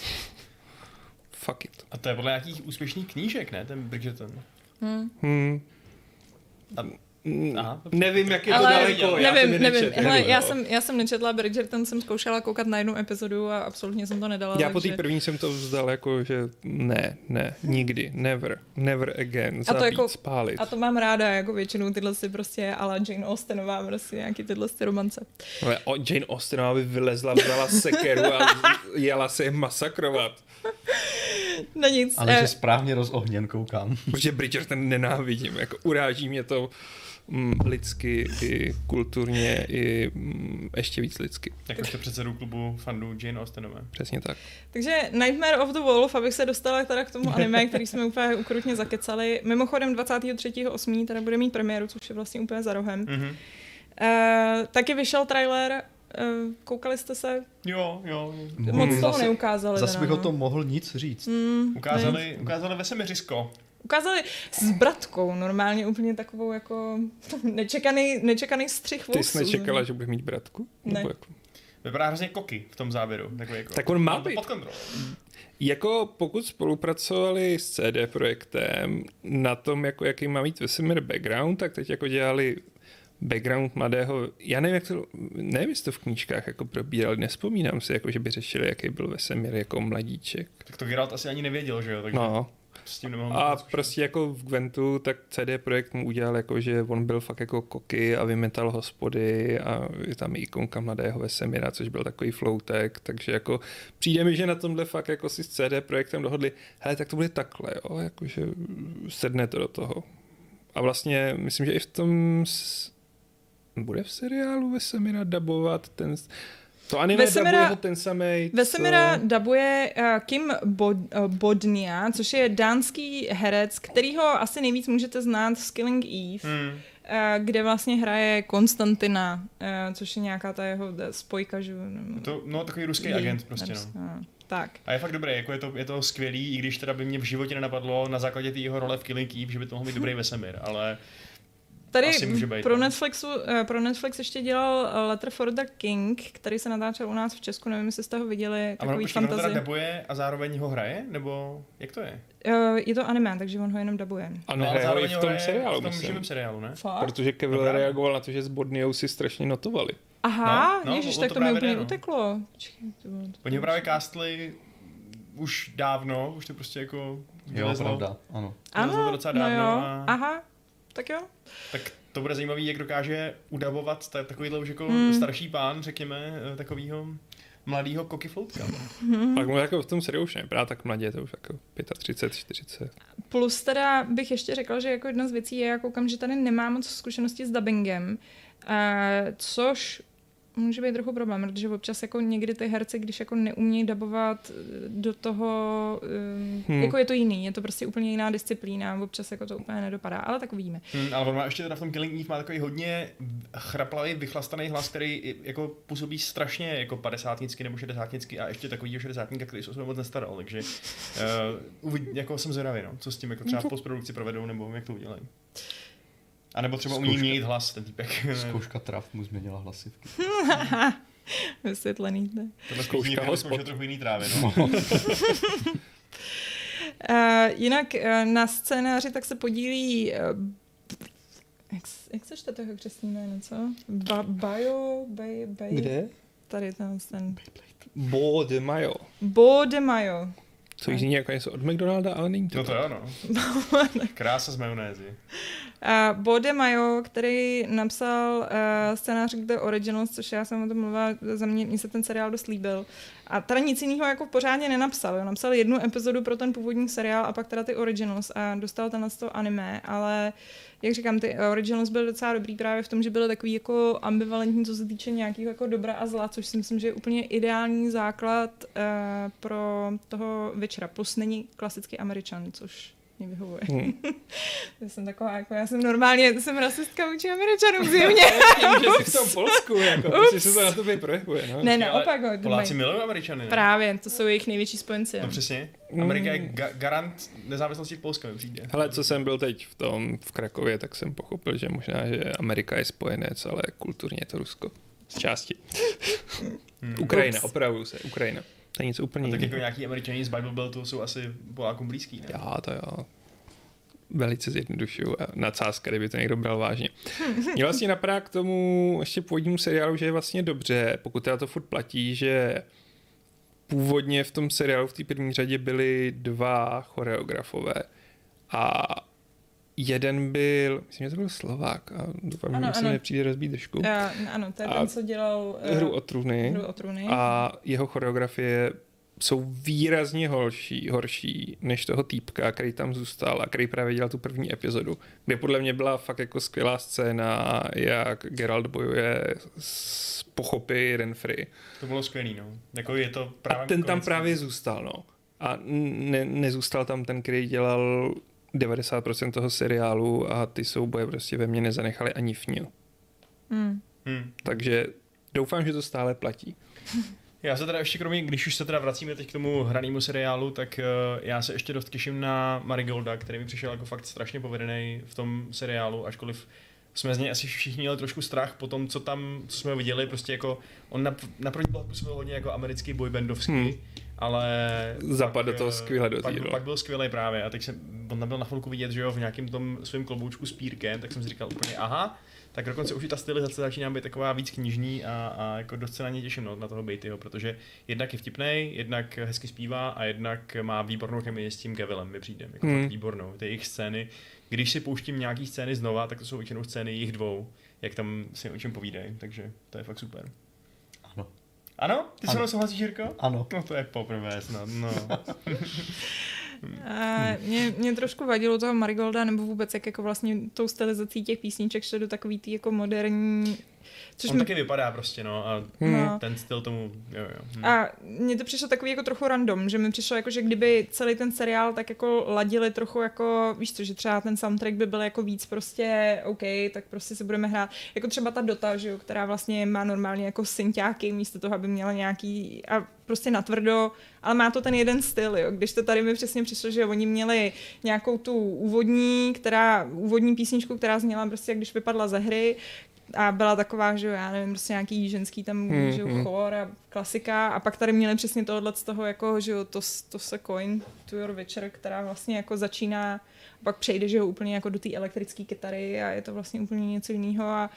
Fuck it. A to je podle nějakých úspěšných knížek, ne, ten Bridgerton? Hmm. Hmm. A... Aha, nevím, jak je to ale daleko. Já nevím, to nevím. nečet, Hele, nevím, já, jsem, já jsem nečetla Bridgerton, jsem zkoušela koukat na jednu epizodu a absolutně jsem to nedala. Já takže... po té první jsem to vzdal jako, že ne, ne, nikdy, never, never again, zabít, jako, spálit. A to mám ráda, jako většinou tyhle si prostě a la Jane Austenová, prostě nějaký tyhle ty romance. Ale Jane Austenová by vylezla, vzala sekeru a jela se je masakrovat. No nic. Ale eh... že správně rozohněn koukám. Protože Bridgerton nenávidím, jako uráží mě to mm, lidsky, i kulturně, i mm, ještě víc lidsky. Jakožto předsedu klubu fandů Jane Austenové. Přesně tak. Takže Nightmare of the Wolf, abych se dostala teda k tomu anime, který jsme úplně ukrutně zakecali. Mimochodem dvacátého třetího osmého teda bude mít premiéru, což je vlastně úplně za rohem. Mm-hmm. Uh, taky vyšel trailer. Uh, koukali jste se? Jo, jo. Moc hmm. toho neukázali. Zase bych o tom mohl nic říct. Mm, ukázali, ukázali vesemiřisko. Ukázali s bratkou, normálně úplně takovou jako nečekaný, nečekaný střih vousů. Ty jsi nečekala, že budeš mít bratku? Ne. Jako... Vypadá hrozně koky v tom záběru. Jako, tak on má být. Pod kontrolou. Jako pokud spolupracovali s C D Projektem na tom, jako jaký má mít Vesemir background, tak teď jako dělali background mladého, já nevím, jak to, nevím, jestli to v knížkách jako probíral, nespomínám si, jako, že by řešili, jaký byl Vesemir jako mladíček. Tak to Geralt asi ani nevěděl, že jo? Takže no. S tím nemohl a prostě jako v Gwentu, tak C D Projekt mu udělal jako, že on byl fakt jako koky a vymetal hospody a je tam ikonka mladého Vesemira, což byl takový floutek, takže jako přijde mi, že na tomhle fakt jako si s C D Projektem dohodli, hele, tak to bude takhle, jo, jakože sedne to do toho. A vlastně myslím, že i v tom bude v seriálu Vesemira dabovat ten... To anime Vesemira, dabuje ten samej... Vesemira co... dabuje uh, Kim Bod, uh, Bodnia, což je dánský herec, kterýho asi nejvíc můžete znát z Killing Eve. Hmm. kde vlastně hraje Konstantina, což je nějaká ta jeho spojka, že? To, no, takový ruský agent prostě, no. Tak. A je fakt dobré, jako je to, je to skvělý, i když teda by mě v životě nenapadlo na základě té jeho role v Killing Eve, že by to mohl být dobrý Vesemir, ale tady asi může být, pro, no. Netflixu, pro Netflix ještě dělal Letter for the King, který se natáčel u nás v Česku, nevím, jestli jste ho viděli, takový a fantasy. A on teda dabuje a zároveň ho hraje, nebo jak to je? Je to anime, takže on ho jenom dabuje. A nehraje ho i v tom seriálu, v tom myslím. živém seriálu, ne? Fakt? Protože Kevin Dobrá. reagoval na to, že s Bodniou si strašně notovali. Aha, no, no, ježiš, on tak to to mi právě úplně jde, no. uteklo. Počkej, to bylo, to Oni ho právě castli už dávno, už to prostě jako Jo, vylezlo. pravda, ano. Vylezlo to ano, docela no dávno jo, a- aha, tak jo. Tak to bude zajímavý, jak dokáže udabovat ta, takovýhle už jako Hmm. starší pán, řekněme, eh, takovýho mladýho koky floutka. Pak mu jako v tom seriálu už nevypadá tak mladě, to už jako třicet pět, čtyřicet. Plus teda bych ještě řekla, že jako jedna z věcí je, já koukám, že tady nemám moc zkušenosti s dubbingem, uh, což může být trochu problém, protože občas jako někdy ty herci, když jako neumějí dabovat do toho, um, Hmm. jako je to jiný, je to prostě úplně jiná disciplína, občas jako to úplně nedopadá, ale tak uvidíme. Hmm, ale on má ještě teda v tom Killing Eve má takový hodně chraplavý, vychlastaný hlas, který i jako působí strašně jako padesátnicky nebo šedesátnicky a ještě takový šedesátníka, který se o sebe moc nestaral, takže uh, uvidí, jako jsem zvědavý, no, co s tím jako třeba v postprodukci provedou nebo jak to udělají. A nebo třeba umí Zkouška. měnit hlas, ten týpek. Zkouška trav mu změnila hlasivky. Vysvětlený, ne? Tohle Zkouška zkouška hospod. zkoušel trochu jiný trávě, no. Uh, jinak uh, na scénáři tak se podílí uh, jak, s- jak se čte toho křestní jméno, co? Ba, bio, bay, bay, Kde? Tady ten, ten Bo de Mayo. Bo de Mayo. Co zní jako něco od McDonalda, ale není to. No to jo, no. Krása z majonézy. Uh, Bo de Mayo, který napsal uh, scénář k The Originals, což já jsem o tom mluvila, za mě, mě se ten seriál dost líbil. A teda nic jiného jako pořádně nenapsal. Jo. Napsal jednu epizodu pro ten původní seriál a pak teda ty Originals a dostal tenhle z toho anime, ale jak říkám, ty Originals byly docela dobrý právě v tom, že byly takový jako ambivalentní, co se týče nějakého jako dobra a zla, což si myslím, že je úplně ideální základ uh, pro toho Witchera. Plus není klasický Američan, což mě vyhovuje. Hmm. Já jsem taková, jako já jsem normálně, jsem rasistka vůči Američanům zjevně. Tím, že jsi v tom Polsku, jako, prostě se to na tobě projevuje, no. Ne, naopak. ho, Poláci mají- milují Američany, ne? Právě, to jsou jejich největší spojenci. No No. přesně. Amerika je ga- garant nezávislosti Polska, mi přijde. Hele, co jsem byl teď v tom, v Krakově, tak jsem pochopil, že možná, že Amerika je spojenec, ale kulturně je to Rusko. Z části. Hmm. Ukrajina, Ups. opravuju se, Ukrajina. To je něco úplně A tak jako jiného. nějaký Američani z Bible Beltu jsou asi Polákům blízký, ne? Já, to jo. Velice zjednodušuju a nadsázka, kdyby to někdo bral vážně. Mě vlastně napadá k tomu ještě původnímu seriálu, že je vlastně dobře, pokud teda to furt platí, že původně v tom seriálu v té první řadě byli dva choreografové a jeden byl, myslím, že to byl Slovák a doufám, Ano, že mi se ano. nepřijde rozbít držku. Uh, ano, to je A ten, co dělal uh, Hru o trůny. hru o trůny. A jeho choreografie jsou výrazně horší, horší než toho týpka, který tam zůstal a který právě dělal tu první epizodu, kde podle mě byla fakt jako skvělá scéna, jak Geralt bojuje s pochopy Renfri. To bylo skvělý, no. Jako je to právě A ten tam ikonický. právě zůstal, no. A ne, nezůstal tam ten, který dělal devadesát procent toho seriálu a ty souboje prostě ve mně nezanechaly ani fňu. Hmm. Hmm. Takže doufám, že to stále platí. Já se teda ještě kromě, když už se teda vracíme teď k tomu hranému seriálu, tak uh, já se ještě dost těším na Marigolda, který mi přišel jako fakt strašně povedený v tom seriálu, ačkoliv jsme z něj asi všichni měli trošku strach po tom, co tam, co jsme viděli, prostě jako on na, na první pohled působil hodně jako americký boybandovský, Hmm. ale Zapadl do pak, toho eh, skvěle do pak, té role. pak byl skvělý právě a teď jsem, on tam byl na chvilku vidět, že jo, v nějakém tom svém kloboučku s pírkem, tak jsem si říkal úplně aha, tak dokonce už i ta stylizace začíná být taková víc knižní a, a jako dost se na ně těším, no, na toho Beattyho, protože jednak je vtipnej, jednak hezky zpívá a jednak má výbornou chemii s tím Gavillem, mi přijde, jako Hmm. fakt výbornou. Ty jejich scény, když si pouštím nějaký scény znova, tak to jsou většinou scény jejich dvou, jak tam si o čem povídají, takže to je fakt super. Ano. Ano? Ty se Ano. mnou souhlasíš, Jirko? Ano. No to je poprvé snad, no. A mě, mě trošku vadilo toho Marigolda, nebo vůbec jak jako vlastně tou stylizací těch písniček šlo do takový tý jako moderní, Což On mi... taky vypadá prostě, no, a No. ten styl tomu, jo, jo. Hm. A mně to přišlo takový jako trochu random, že mi přišlo jako, že kdyby celý ten seriál tak jako ladili trochu jako, víš co, že třeba ten soundtrack by byl jako víc prostě OK, tak prostě se budeme hrát, jako třeba ta Dota, že jo, která vlastně má normálně jako synťáky místo toho, aby měla nějaký a prostě natvrdo, ale má to ten jeden styl, jo, když to tady mi přesně přišlo, že oni měli nějakou tu úvodní, která, úvodní písničku, která zněla prostě, když vypadla ze hry, a byla taková, že jo, já nevím, prostě nějaký ženský tam, Hmm, že jo, hmm. chor a klasika a pak tady měli přesně tohle z toho, jako, že jo, to, to se coin to your večer, která vlastně jako začíná a pak přejde, že jo, úplně jako do té elektrické kytary a je to vlastně úplně něco jiného a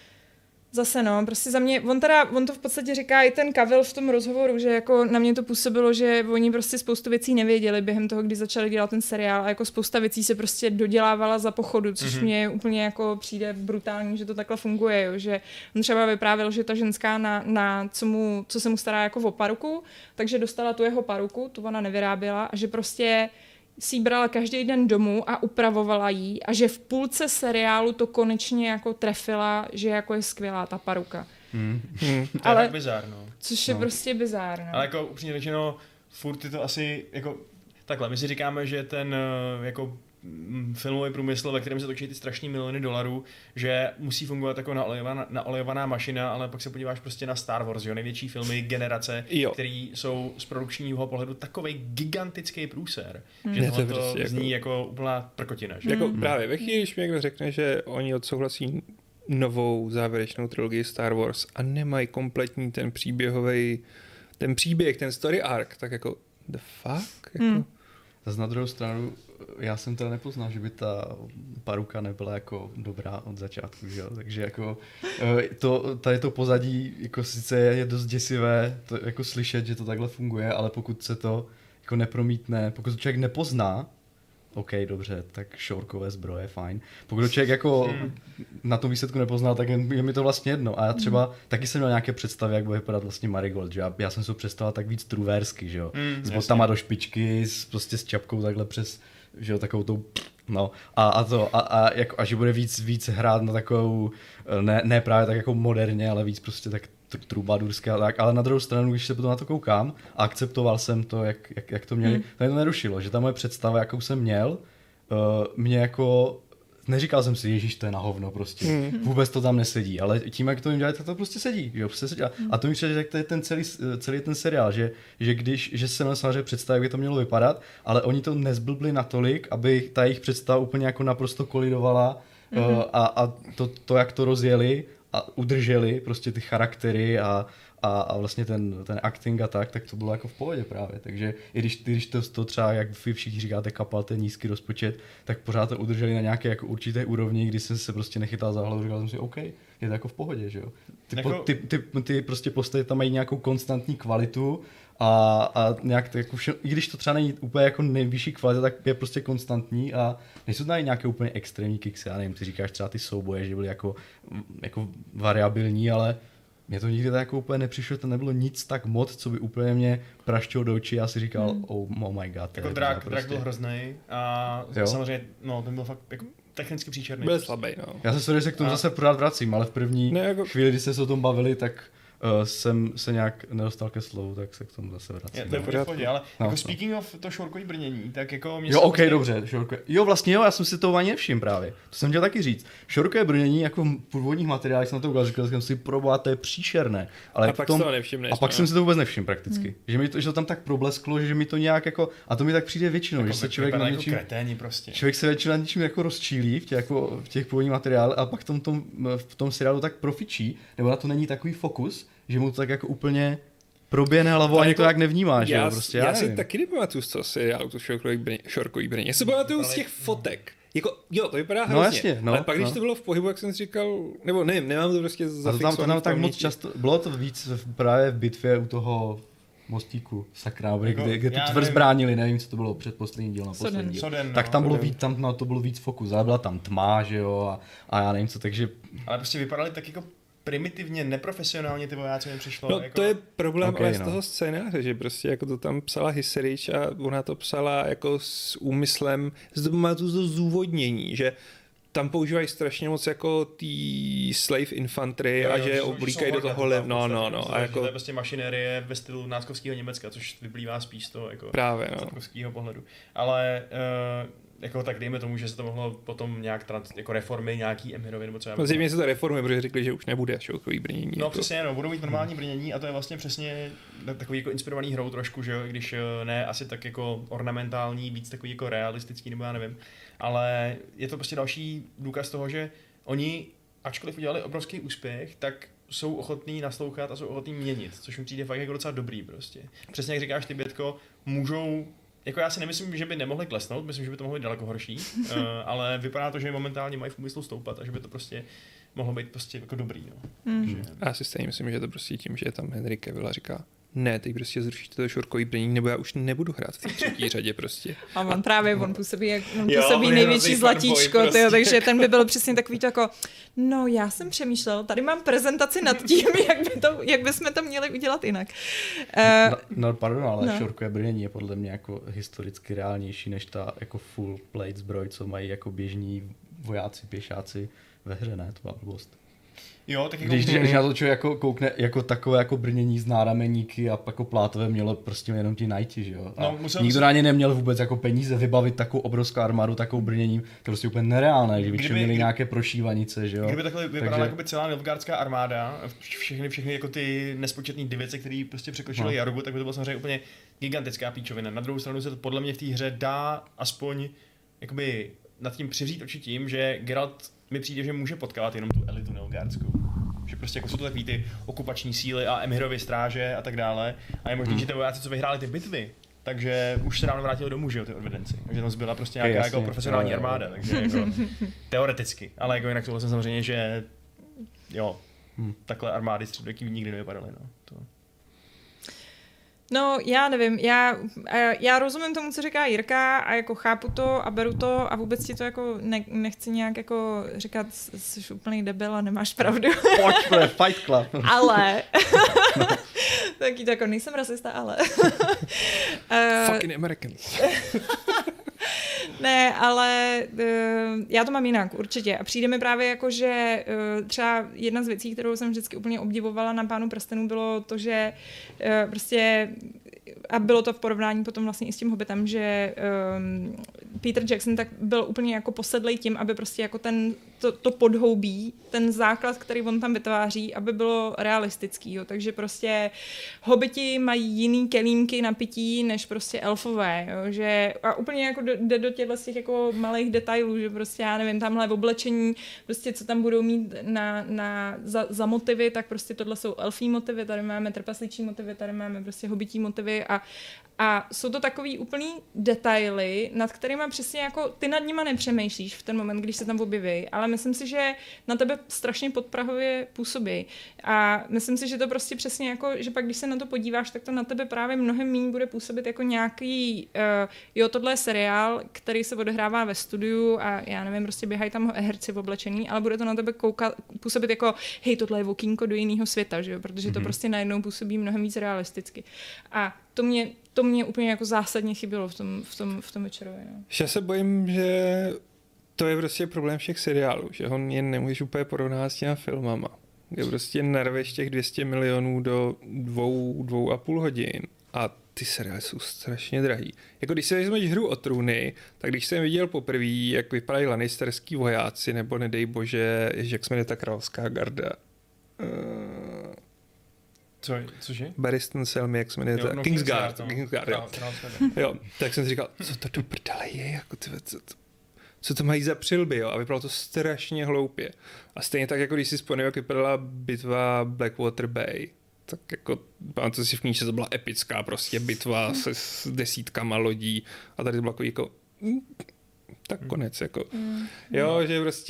zase no, prostě za mě, on teda, on to v podstatě říká i ten Cavill v tom rozhovoru, že jako na mě to působilo, že oni prostě spoustu věcí nevěděli během toho, kdy začali dělat ten seriál a jako spousta věcí se prostě dodělávala za pochodu, což Mhm. mě úplně jako přijde brutální, že to takhle funguje, jo, že on třeba vyprávěl, že ta ženská na, na co, mu, co se mu stará jako o paruku, takže dostala tu jeho paruku, tu ona nevyráběla a že prostě si ji brala každý den domů a upravovala jí a že v půlce seriálu to konečně jako trefila, že jako je skvělá ta paruka. Hmm. Hmm. To je ale- tak bizár, no. Což je No. prostě bizár, no. Ale jako upřímně řečeno, furt je to asi, jako, takhle, my si říkáme, že ten, eh, jako, mm, filmový průmysl, ve kterém se točí ty strašný miliony dolarů, že musí fungovat jako naolejovaná, naolejovaná mašina, ale pak se podíváš prostě na Star Wars, jo, největší filmy generace, Jo. který jsou z produkčního pohledu takový gigantický průser, Hmm. že Je to tohle to prostě jako- zní jako úplná prkotina, že? Jako Hmm. právě ve chvíli, když mi někdo řekne, že oni odsouhlasí novou závěrečnou trilogii Star Wars a nemají kompletní ten příběhový, ten příběh, ten story arc, tak jako the fuck? Jako, Hmm. Zas na druhou stranu, já jsem teda nepoznal, že by ta paruka nebyla jako dobrá od začátku, že jo? Takže jako eh, to, tady to pozadí jako sice je dost děsivé to jako slyšet, že to takhle funguje, ale pokud se to jako nepromítne, pokud to člověk nepozná, OK, dobře, tak šorkové zbroje, fajn. Pokud to člověk jako Hmm. na tom výsledku nepoznal, tak je, je mi to vlastně jedno. A já třeba hmm. taky jsem měl nějaké představy, jak bude vypadat vlastně Marigold, že já, já jsem si ho představil tak víc truvérsky, že jo. Hmm, S jasně. botama do špičky, s, prostě s čapkou takhle přes, že jo, takovou tou, no. A, a to, a, a, jako, a že bude víc, víc hrát na takovou, ne, ne právě tak jako moderně, ale víc prostě tak tr- trubadurské a tak, ale na druhou stranu, když se potom na to koukám a akceptoval jsem to, jak, jak, jak to měli, Hmm. tak to nerušilo, že ta moje představa, jakou jsem měl, uh, mě jako, neříkal jsem si, ježíš, to je na hovno prostě, Hmm. vůbec to tam nesedí, ale tím, jak to jim dělají, tak to prostě sedí, že jo, prostě sedí. A, a to mi přijde, že to je ten celý, celý ten seriál, že, že když, že jsem samozřejmě představil, jak by to mělo vypadat, ale oni to nezblbli natolik, aby ta jejich představa úplně jako naprosto kolidovala Mhm. uh, a, a to, to, jak to rozjeli a udrželi prostě ty charaktery a, a, a vlastně ten, ten acting a tak, tak to bylo jako v pohodě právě. Takže i když, když to, to třeba, jak vy všichni říkáte, kapal ten nízký rozpočet, tak pořád to udrželi na nějaké jako určité úrovni, kdy jsem se prostě nechytal za hlavu, říkal jsem si, OK, je to jako v pohodě, že jo. Ty, Jako- po, ty, ty, ty prostě postavy tam mají nějakou konstantní kvalitu a, a nějak to jako vše, i když to třeba není úplně jako nejvyšší kvalita, tak je prostě konstantní a nejsou tady nějaké úplně extrémní kiksy, já nevím, ty říkáš třeba ty souboje, že byly jako, jako variabilní, ale mně to nikdy tak jako úplně nepřišlo, to nebylo nic tak moc, co by úplně mě praštělo do očí, já si říkal, Hmm. oh, oh my god. to Jako je drak, prostě. drak byl hrozný a Jo. samozřejmě, no, ten byl fakt jako technicky příčerný. byl slabý, no. Já se sorry, že k tomu A- zase pořád vracím, ale v první Ne, jako- chvíli, kdy jste se o tom bavili, tak uh, jsem se nějak nedostal ke slovu, tak se k tomu zase vracím. Je, to je no. v pohodě, ale No, jako no. speaking of to šorkový brnění, tak jako mě Jo, se ok, vlastně- dobře, šorko. Jo, vlastně jo, já jsem si toho ani nevšiml právě. To jsem chtěl taky říct. Šorkové brnění jako v původních materiálech jsem na to udělal, říkal jsem si, proboha, to je příšerné. Ale A pak tom, si toho nevšimneš. a pak no. jsem si to vůbec nevšiml prakticky. Hmm. Že, mi to, že to tam tak problesklo, že mi to nějak jako, a to mi tak přijde většinou, jako že se vy- člověk vypadá na jako něčím, kreténi prostě. člověk se většinou na něčím jako rozčílí v těch, jako, v těch původních materiálech a pak v tom, tom, v tom seriálu tak profičí, nebo na to není takový fokus, že mu to tak jako úplně proběhne hlavou a ani jako- to jak nevnímá, že já, jo, prostě já, já, já si nevím. taky nepamatuju z toho seriálu, to šorkový brně, šorkový brně. Já si pamatuju z těch fotek. Jako, jo, to vypadá No hrozně, jasně, no, ale pak, když no. to bylo v pohybu, jak jsem si říkal, nebo nevím, nemám to prostě A to tam, zafixované to tam v tak moc paměti. často, bylo to víc v, právě v bitvě u toho mostíku, sakra, Jako, kde, kde tu já tvrz nevím. bránili, nevím, co to bylo, předposlední díl na Soden. poslední díl. Soden, no, Tak tam bylo Soden. víc, tam na to bylo víc fokus, ale byla tam tma, že jo, a, a já nevím co, takže Ale prostě vypadali tak jako primitivně, neprofesionálně ty vojáci mi přišlo. No jako... to je problém Okay, ale z no. toho scénáře, že prostě jako to tam psala Hyserič a ona to psala jako s úmyslem, z to má tu zdůvodnění, že tam používají strašně moc jako tý slave infantry Jo, a jo, že jsou- oblíkají jsou do toho horda, le... No, no, no. prostě, A že jako To je prostě mašinérie ve stylu náckovského Německa, což vyplývá spíš z toho jako právě, no. náckovského pohledu. Ale uh, jako tak dejme tomu, že se to mohlo potom nějak trans, jako reformy, nějaký Emirovi nebo třeba. No zřejmě se to reformy, protože řekli, že už nebude šokový brnění. No jako. přesně, no, budou mít normální brnění a to je vlastně přesně takový jako inspirovaný hrou trošku, že jo, i když eh, ne asi tak jako ornamentální, víc takový jako realistický, nebo já nevím. Ale je to prostě další důkaz toho, že oni, ačkoliv udělali obrovský úspěch, tak jsou ochotní naslouchat a jsou ochotní měnit, což mi přijde fakt jako docela dobrý prostě. Přesně jak říkáš ty, Bětko, můžou, jako já si nemyslím, že by nemohli klesnout, myslím, že by to mohlo být daleko horší, uh, ale vypadá to, že momentálně mají v úmyslu stoupat a že by to prostě mohlo být prostě jako dobrý, no. Mm. Takže, A já si stejně myslím, že je to prostě tím, že je tam Henry Cavill a říká, ne, teď prostě zrušíte to šorkový brnění, nebo já už nebudu hrát v té třetí řadě prostě. A on právě, on působí, jak, on Jo, působí on je největší hrozný zlatíčko, fanboy prostě. tyjo, takže ten by byl přesně takový to jako, no já jsem přemýšlel, tady mám prezentaci nad tím, jak, by to, jak bychom to měli udělat jinak. Uh, No, no pardon, ale no. no. šorkové brnění je podle mě jako historicky reálnější než ta jako full plate zbroj, co mají jako běžní vojáci, pěšáci ve hře, ne? To byla blbost. jo, tak jako... Když, když na to člověk jako koukne jako takové jako brnění z nárameníky a jako plátové mělo prostě jenom ti najti, že jo? A No, musel nikdo musel- na ně neměl vůbec jako peníze vybavit takovou obrovskou armádu, takovou brněním, to je prostě úplně nereálné, že by Kdyby- měli kdy- nějaké prošívanice, že jo? Kdyby takhle vypadala Takže- jakoby celá Nilfgaardská armáda, všechny, všechny jako ty nespočetné divice, které prostě překročily No. Jarugu, tak by to byla samozřejmě úplně gigantická píčovina. Na druhou stranu se to podle mě v té hře dá aspoň jakoby nad tím přivřít oči tím, že Geralt mi přijde, že může potkávat jenom tu elitu Nilfgaardskou. Že prostě jako jsou to takový ty okupační síly a Emirovy stráže a tak dále. A je možný, Hmm. že ty vojáci, co vyhráli ty bitvy, takže už se dávno vrátili domů, že jo, ty odvedenci. Takže tam zbyla prostě nějaká Jasně, jako profesionální jo, jo, jo. armáda, takže jako teoreticky. Ale jako jinak tohle jsem samozřejmě, že jo, Hmm. takhle armády středověký nikdy nevypadaly, no. To. No, já nevím, já, eh, já rozumím tomu, co říká Jirka a jako chápu to a beru to a vůbec ti to jako ne, nechci nějak jako říkat, jsi úplný debil a nemáš pravdu, Pojď, to je Fight Club. ale, taky to jako nejsem rasista, ale. Eh, Fucking Americans. Ne, ale uh, já to mám jinak, určitě. A přijde mi právě jako, že uh, třeba jedna z věcí, kterou jsem vždycky úplně obdivovala na Pánu prstenů, bylo to, že uh, prostě, a bylo to v porovnání potom vlastně i s tím Hobbitem, že um, Peter Jackson tak byl úplně jako posedlej tím, aby prostě jako ten, to, to podhoubí, ten základ, který on tam vytváří, aby bylo realistický. Jo. Takže prostě Hobbiti mají jiný kelímky na pití, než prostě elfové. Jo. Že, a úplně jako do, jde do těchto z těch jako malých detailů, že prostě já nevím, tamhle v oblečení, prostě co tam budou mít na, na, za, za motivy, tak prostě tohle jsou elfí motivy, tady máme trpasličí motivy, tady máme prostě hobití motivy a, a jsou to takový úplný detaily, nad kterými přesně jako ty nad nima nepřemýšlíš v ten moment, když se tam objeví, ale myslím si, že na tebe strašně podprahově působí. A myslím si, že to prostě přesně jako, že pak když se na to podíváš, tak to na tebe právě mnohem méně bude působit jako nějaký, uh, jo, tohle je seriál, který se odehrává ve studiu a já nevím, prostě běhají tam herci v oblečení, ale bude to na tebe koukat, působit jako, hej, tohle je okýnko do jiného světa, že jo, protože mm-hmm. to prostě najednou působí mnohem víc realisticky. A to mě, to mě úplně jako zásadně chybělo v tom, v tom, v tom večerovi. No. Já se bojím, že to je prostě problém všech seriálů, že ho jen nemůžeš úplně porovnat s těma filmama. Kde prostě narveš těch dvě stě milionů do dvou, dvou a půl hodin a ty seriály jsou strašně drahý. Jako když si vezmeš Hru o trůny, tak když jsem viděl poprvé, jak vypadají lannisterský vojáci, nebo nedej bože, jak se jmenuje ta královská garda. Uh... Co, cože? Barristan Selmy, jak se jmenuje, Jo, ta- no, Kingsguard. no. Kingsguard, jo. Král- král- Jo, tak jsem si říkal, co to do prdele je, jako ty, co, to, co to mají za přilby, jo, a vypadalo to strašně hloupě. A stejně tak, jako když si vzpomínám, jak vypadala bitva Blackwater Bay, tak jako, pamatuju si v knížce, to byla epická prostě bitva se s desítkama lodí a tady to bylo jako, jako mm, tak konec, jako. Mm. Jo, že prostě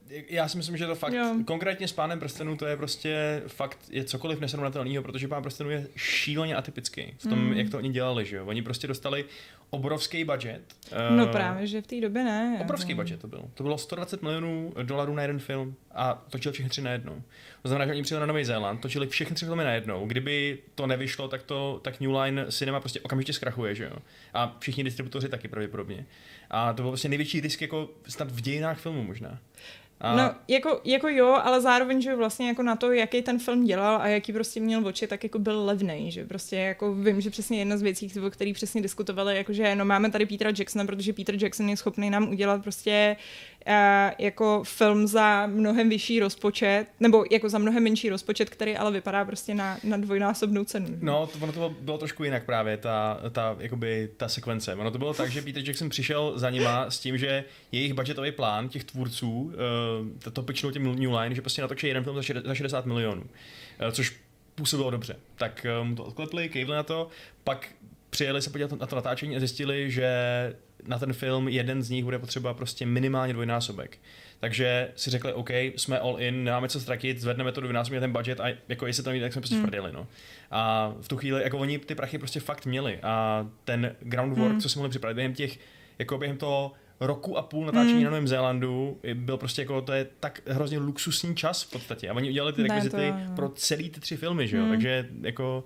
já si myslím, že to fakt, Jo. konkrétně s Pánem prstenů to je prostě fakt, je cokoliv nesrovnatelného, protože Pán prstenů je šíleně atypický v tom, Mm. jak to oni dělali, že jo. Oni prostě dostali obrovský budget. No eh, právě, že v té době ne. Obrovský jako. budget to byl. To bylo sto dvacet milionů dolarů na jeden film a točili všechny tři najednou. To znamená, že oni přijeli na Nový Zéland, točili všechny tři filmy najednou. Kdyby to nevyšlo, tak to tak New Line Cinema prostě okamžitě zkrachuje, že jo. A všichni distributoři taky pravděpodobně. A to byl prostě největší risk jako snad v dějinách filmu možná. A... No, jako, jako jo, ale zároveň, že vlastně jako na to, jaký ten film dělal a jaký prostě měl oči, tak jako byl levnej, že prostě jako vím, že přesně jedna z věcí, o který přesně diskutovali, jakože no máme tady Petera Jacksona, protože Peter Jackson je schopný nám udělat prostě uh, jako film za mnohem vyšší rozpočet, nebo jako za mnohem menší rozpočet, který ale vypadá prostě na, na dvojnásobnou cenu. No, to, ono to bylo, bylo trošku jinak právě, ta, ta, jakoby, ta sekvence. Ono to bylo tak, že Peter Jackson přišel za nima s tím, že jejich budgetový plán těch tvůrců, uh, to, to pitchnou těm New Line, že prostě natočí jeden film za, šed, za šedesát milionů, uh, což působilo dobře. Tak uh, mu to odklepli, kejvli na to, pak přijeli se podívat na to natáčení a zjistili, že na ten film jeden z nich bude potřeba prostě minimálně dvojnásobek. Takže si řekli, OK, jsme all in, nemáme co ztratit, zvedneme to dvojnásobně ten budget a jako jestli to nejde, tak jsme prostě Hmm. tvrdili, no. A v tu chvíli, jako oni ty prachy prostě fakt měli a ten groundwork, Hmm. co si mohli připravit během těch, jako během toho roku a půl natáčení Hmm. na Novém Zélandu, byl prostě jako, to je tak hrozně luxusní čas v podstatě a oni udělali ty Ne, rekvizity to jo. pro celý ty tři filmy, že jo, Hmm. takže jako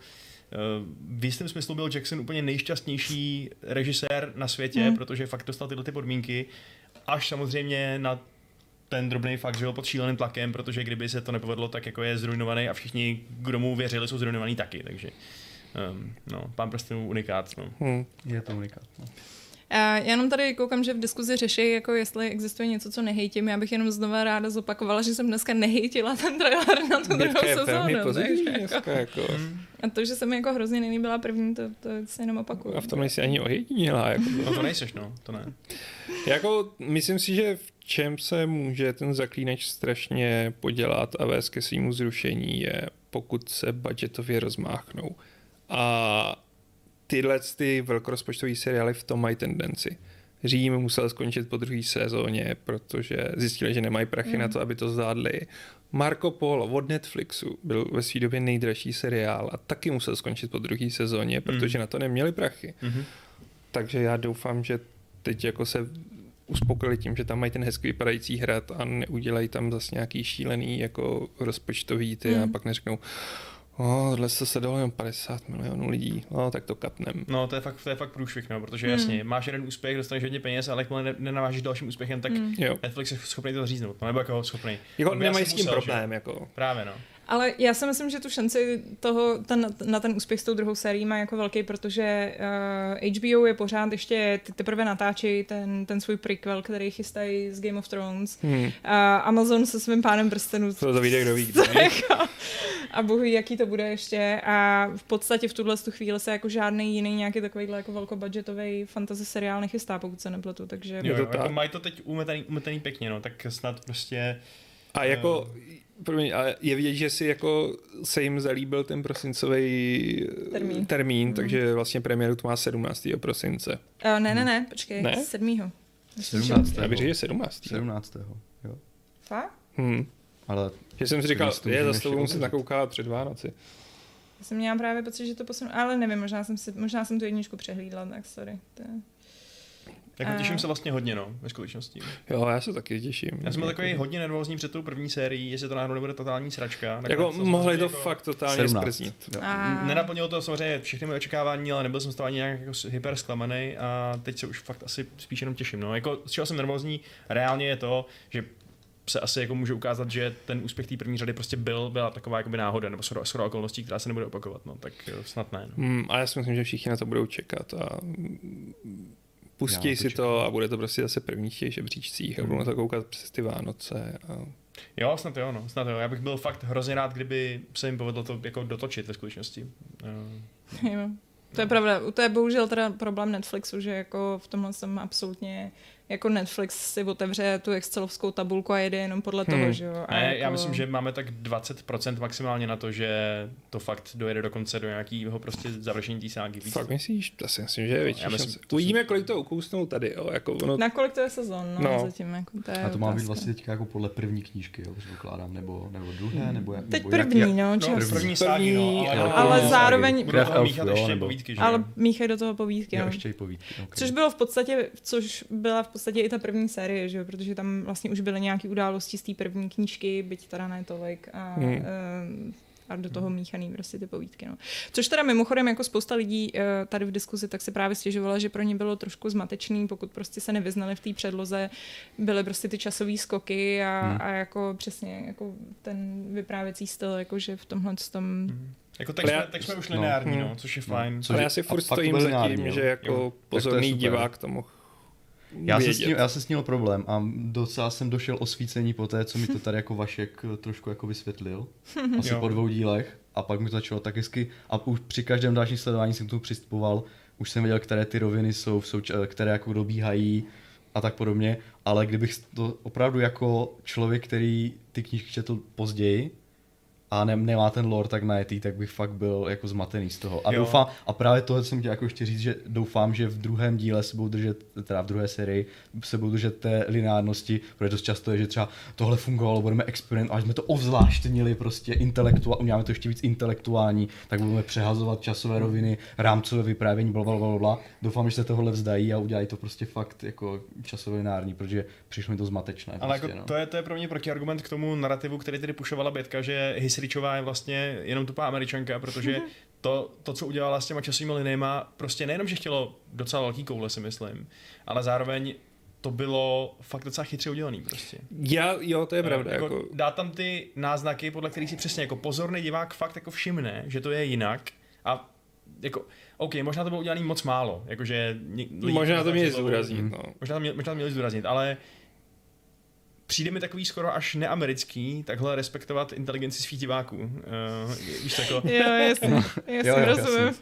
v jistém smyslu byl Jackson úplně nejšťastnější režisér na světě, Hmm. protože fakt dostal tyhle ty podmínky, až samozřejmě na ten drobný fakt, že byl pod šíleným tlakem, protože kdyby se to nepovedlo, tak jako je zrujnovaný a všichni, kdo mu věřili, jsou zrujnovaný taky, takže um, no, Pán prstenů unikát, no. Hmm. Je to unikát. No. Já jenom tady koukám, že v diskuzi řeší, jako jestli existuje něco, co nehejtím. Já bych jenom znova ráda zopakovala, že jsem dneska nehejtila ten trailer na tu druhou Bětka je velmi sezónu. pozitivní takže dneska, jako, jako. a to, že se mi jako hrozně nelíbila první, to, to se jenom opakuju. A v tom nejsi ani ojedinělá. Jako. No to nejseš, no, to ne. Jako, myslím si, že v čem se může ten Zaklínač strašně podělat a vést ke svýmu zrušení je, pokud se budgetově rozmáchnou. A tyhle ty velkorozpočtové seriály v tom mají tendenci. Řím musel skončit po druhé sezóně, protože zjistili, že nemají prachy mm. na to, aby to zvládli. Marco Polo od Netflixu byl ve své době nejdražší seriál a taky musel skončit po druhé sezóně, protože mm. na to neměli prachy. Mm-hmm. Takže já doufám, že teď jako se uspokojili tím, že tam mají ten hezky vypadající hrad a neudělají tam zase nějaký šílený jako rozpočtový ty mm. a pak neřeknou o, tohle se sledovalo jenom padesát milionů lidí, no tak to kapnem. No to je fakt, to je fakt průšvih, no, protože hmm. jasně, máš jeden úspěch, dostaneš hodně peněz, ale jakmile ne, nenavážíš dalším úspěchem, tak Hmm. Netflix je schopný to říznout, no, nebo jako schopný. Jako No, nemají já s jsem tím musel, problém, že? jako. Právě, no. Ale já si myslím, že tu šanci toho, ten, na ten úspěch s tou druhou sérií má jako velký, protože uh, H B O je pořád ještě, ty teprve natáčí ten, ten svůj prequel, který chystají z Game of Thrones. Hmm. Uh, Amazon se svým Pánem prstenů. To to vyjde, kdo ví. Jako, a bohu ví, jaký to bude ještě. A v podstatě v tuhle tu chvíli se jako žádný jiný nějaký takovýhle jako velkobudgetový fantasy seriál nechystá, pokud se nepletu. Takže... Jo, to jo, tak. jako mají to teď umetený, umetený pěkně, no, tak snad prostě... A jako, promiň, ale je vidět, že si jako se jim zalíbil ten prosincový Termín. termín Mm. takže vlastně premiéru to má sedmnáctého prosince. Uh, ne, ne, ne, počkej, Ne? sedmýho. sedmnáctého Já bych řekl, že sedmnáctého sedmnáctého Jo. Fakt? Hmm. Ale Že jsem si říkal, to je, můžeme zase to ještě budu muset ověřit. nakoukávat před Vánoci. Já jsem měla právě pocit, že to posunu, ale nevím, možná jsem, si, možná jsem tu jedničku přehlídla, tak sorry. To je... Jako A- těším se vlastně hodně, no, ve skutečnosti. Jo, já se taky těším. Já jsem byl takový hodně nervózní před tou první sérií, jestli to náhodou nebude totální sračka. Jako Nakonec jsem mohli to jako- fakt totálně sedmnáct zprznit. Jo. A... Nenaplnilo to samozřejmě všechny moje očekávání, ale nebyl jsem z toho ani nějak jako hyper zklamaný a teď se už fakt asi spíš jenom těším. No. Jako, z čeho jsem nervózní, reálně je to, že se asi jako může ukázat, že ten úspěch té první řady prostě byl, byla taková jakoby náhoda nebo shoda, shoda okolností, která se nebude opakovat, no, tak eh, snad ne. No. Hmm, a já si myslím, že všichni na to budou čekat a pustí Já to si čekám. to a bude to prostě zase první v těch žebříčcích a budou na to koukat přes ty Vánoce. A... Jo, snad jo, no, snad jo. Já bych byl fakt hrozně rád, kdyby se jim povedlo to jako dotočit ve skutečnosti. Eh, Jo. To je pravda, to je bohužel teda problém Netflixu, že jako v tomhle jsem absolutně jako Netflix si otevře tu excelovskou tabulku a jede jenom podle toho, Hmm. že jo. A Ne, jako... já myslím, že máme tak dvacet procent maximálně na to, že to fakt dojede dokonce do nějakého prostě završení té ságy. Víc. Fakt myslíš? To si myslím, že je větší Já myslím, šance. to Uvidíme, kolik to ukousnou tady, jo. Jako ono... Na kolik to je sezon, no, No. zatím, jako to je A to má být otázka. vlastně teďka jako podle první knížky, jo, předpokládám, nebo, nebo druhé, nebo jak? Teď nebo jak- první, jak- no, No, čas. první, první První, ságy, no, ale, ale- ale ságy. zároveň- budou toho Elf, míchat jo, ještě nebo- povídky, že Ale jo? míchají do toho povídky, Jo, no. ještě i povídky. Okay. Což bylo v podstatě, což byla v podstatě i ta první série, že jo, protože tam vlastně už byly nějaké události z té první knížky, byť teda ne tolik a, Hmm. hmm. a do toho míchaný prostě ty povídky, no. Což teda mimochodem jako spousta lidí eh, tady v diskuzi tak se právě stěžovala, že pro ně bylo trošku zmatečný, pokud prostě se nevyznali v té předloze, byly prostě ty časové skoky a, Hmm. a jako přesně jako ten vyprávěcí styl, jakože v tomhle tom Mhm. Jako teď Ale jsme, já- teď jsme už no. lineární, no, Hmm. což je No. fajn. Co- Ale Což- já si a furt pak to stojím byl za lineární, tím, jo. že jako Jo. Tak to pozorný je super. divák to mohl Já, se s vědět. tím, já se s tím problém a docela jsem došel osvícení po té, co mi to tady jako Vašek trošku jako vysvětlil, asi Jo. po dvou dílech a pak mi to začalo tak hezky a už při každém dalším sledování jsem k tomu přistupoval, už jsem věděl, které ty roviny jsou, v souč- které jako dobíhají a tak podobně, ale kdybych to opravdu jako člověk, který ty knížky četl později a ne, nemá ten lore tak najetý, tak bych fakt byl jako zmatený z toho. A Jo. doufám, a právě tohle jsem chtěl jako ještě říct, že doufám, že v druhém díle se budou držet, teda v druhé sérii, se budou držet té lineárnosti, protože dost často je, že třeba tohle fungovalo, budeme experimentovat, až jsme to ovzláštnili prostě intelektuálně, uděláme to ještě víc intelektuální, tak budeme přehazovat časové roviny, rámcové vyprávění, blablabla. Doufám, že se tohle vzdají a udělají to prostě fakt jako časově lineární, protože přišlo mi to zmatečné. Ale prostě, jako no. to, je, to je pro mě protiargument k tomu narrativu, který tedy pušovala Bětka, že Hisričová je vlastně jenom tupá Američanka, protože to, to, co udělala s těma časovými liniema, prostě nejenom, že chtělo docela velký koule, si myslím, ale zároveň to bylo fakt docela chytře udělaný prostě. Já, jo, to je pravda. Jako, Jako, dá tam ty náznaky, podle kterých si přesně jako pozorný divák fakt jako všimne, že to je jinak a jako, OK, možná to bylo udělané moc málo, jakože ně, lidi, možná to měli bylo- zdůraznit, no. Možná to, měli, možná to měli zdůraznit, ale přijde mi takový skoro až neamerický takhle respektovat inteligenci svých diváků. Uh, víš, jako, jo, jasně, jasně, Jo, jo, rozumím.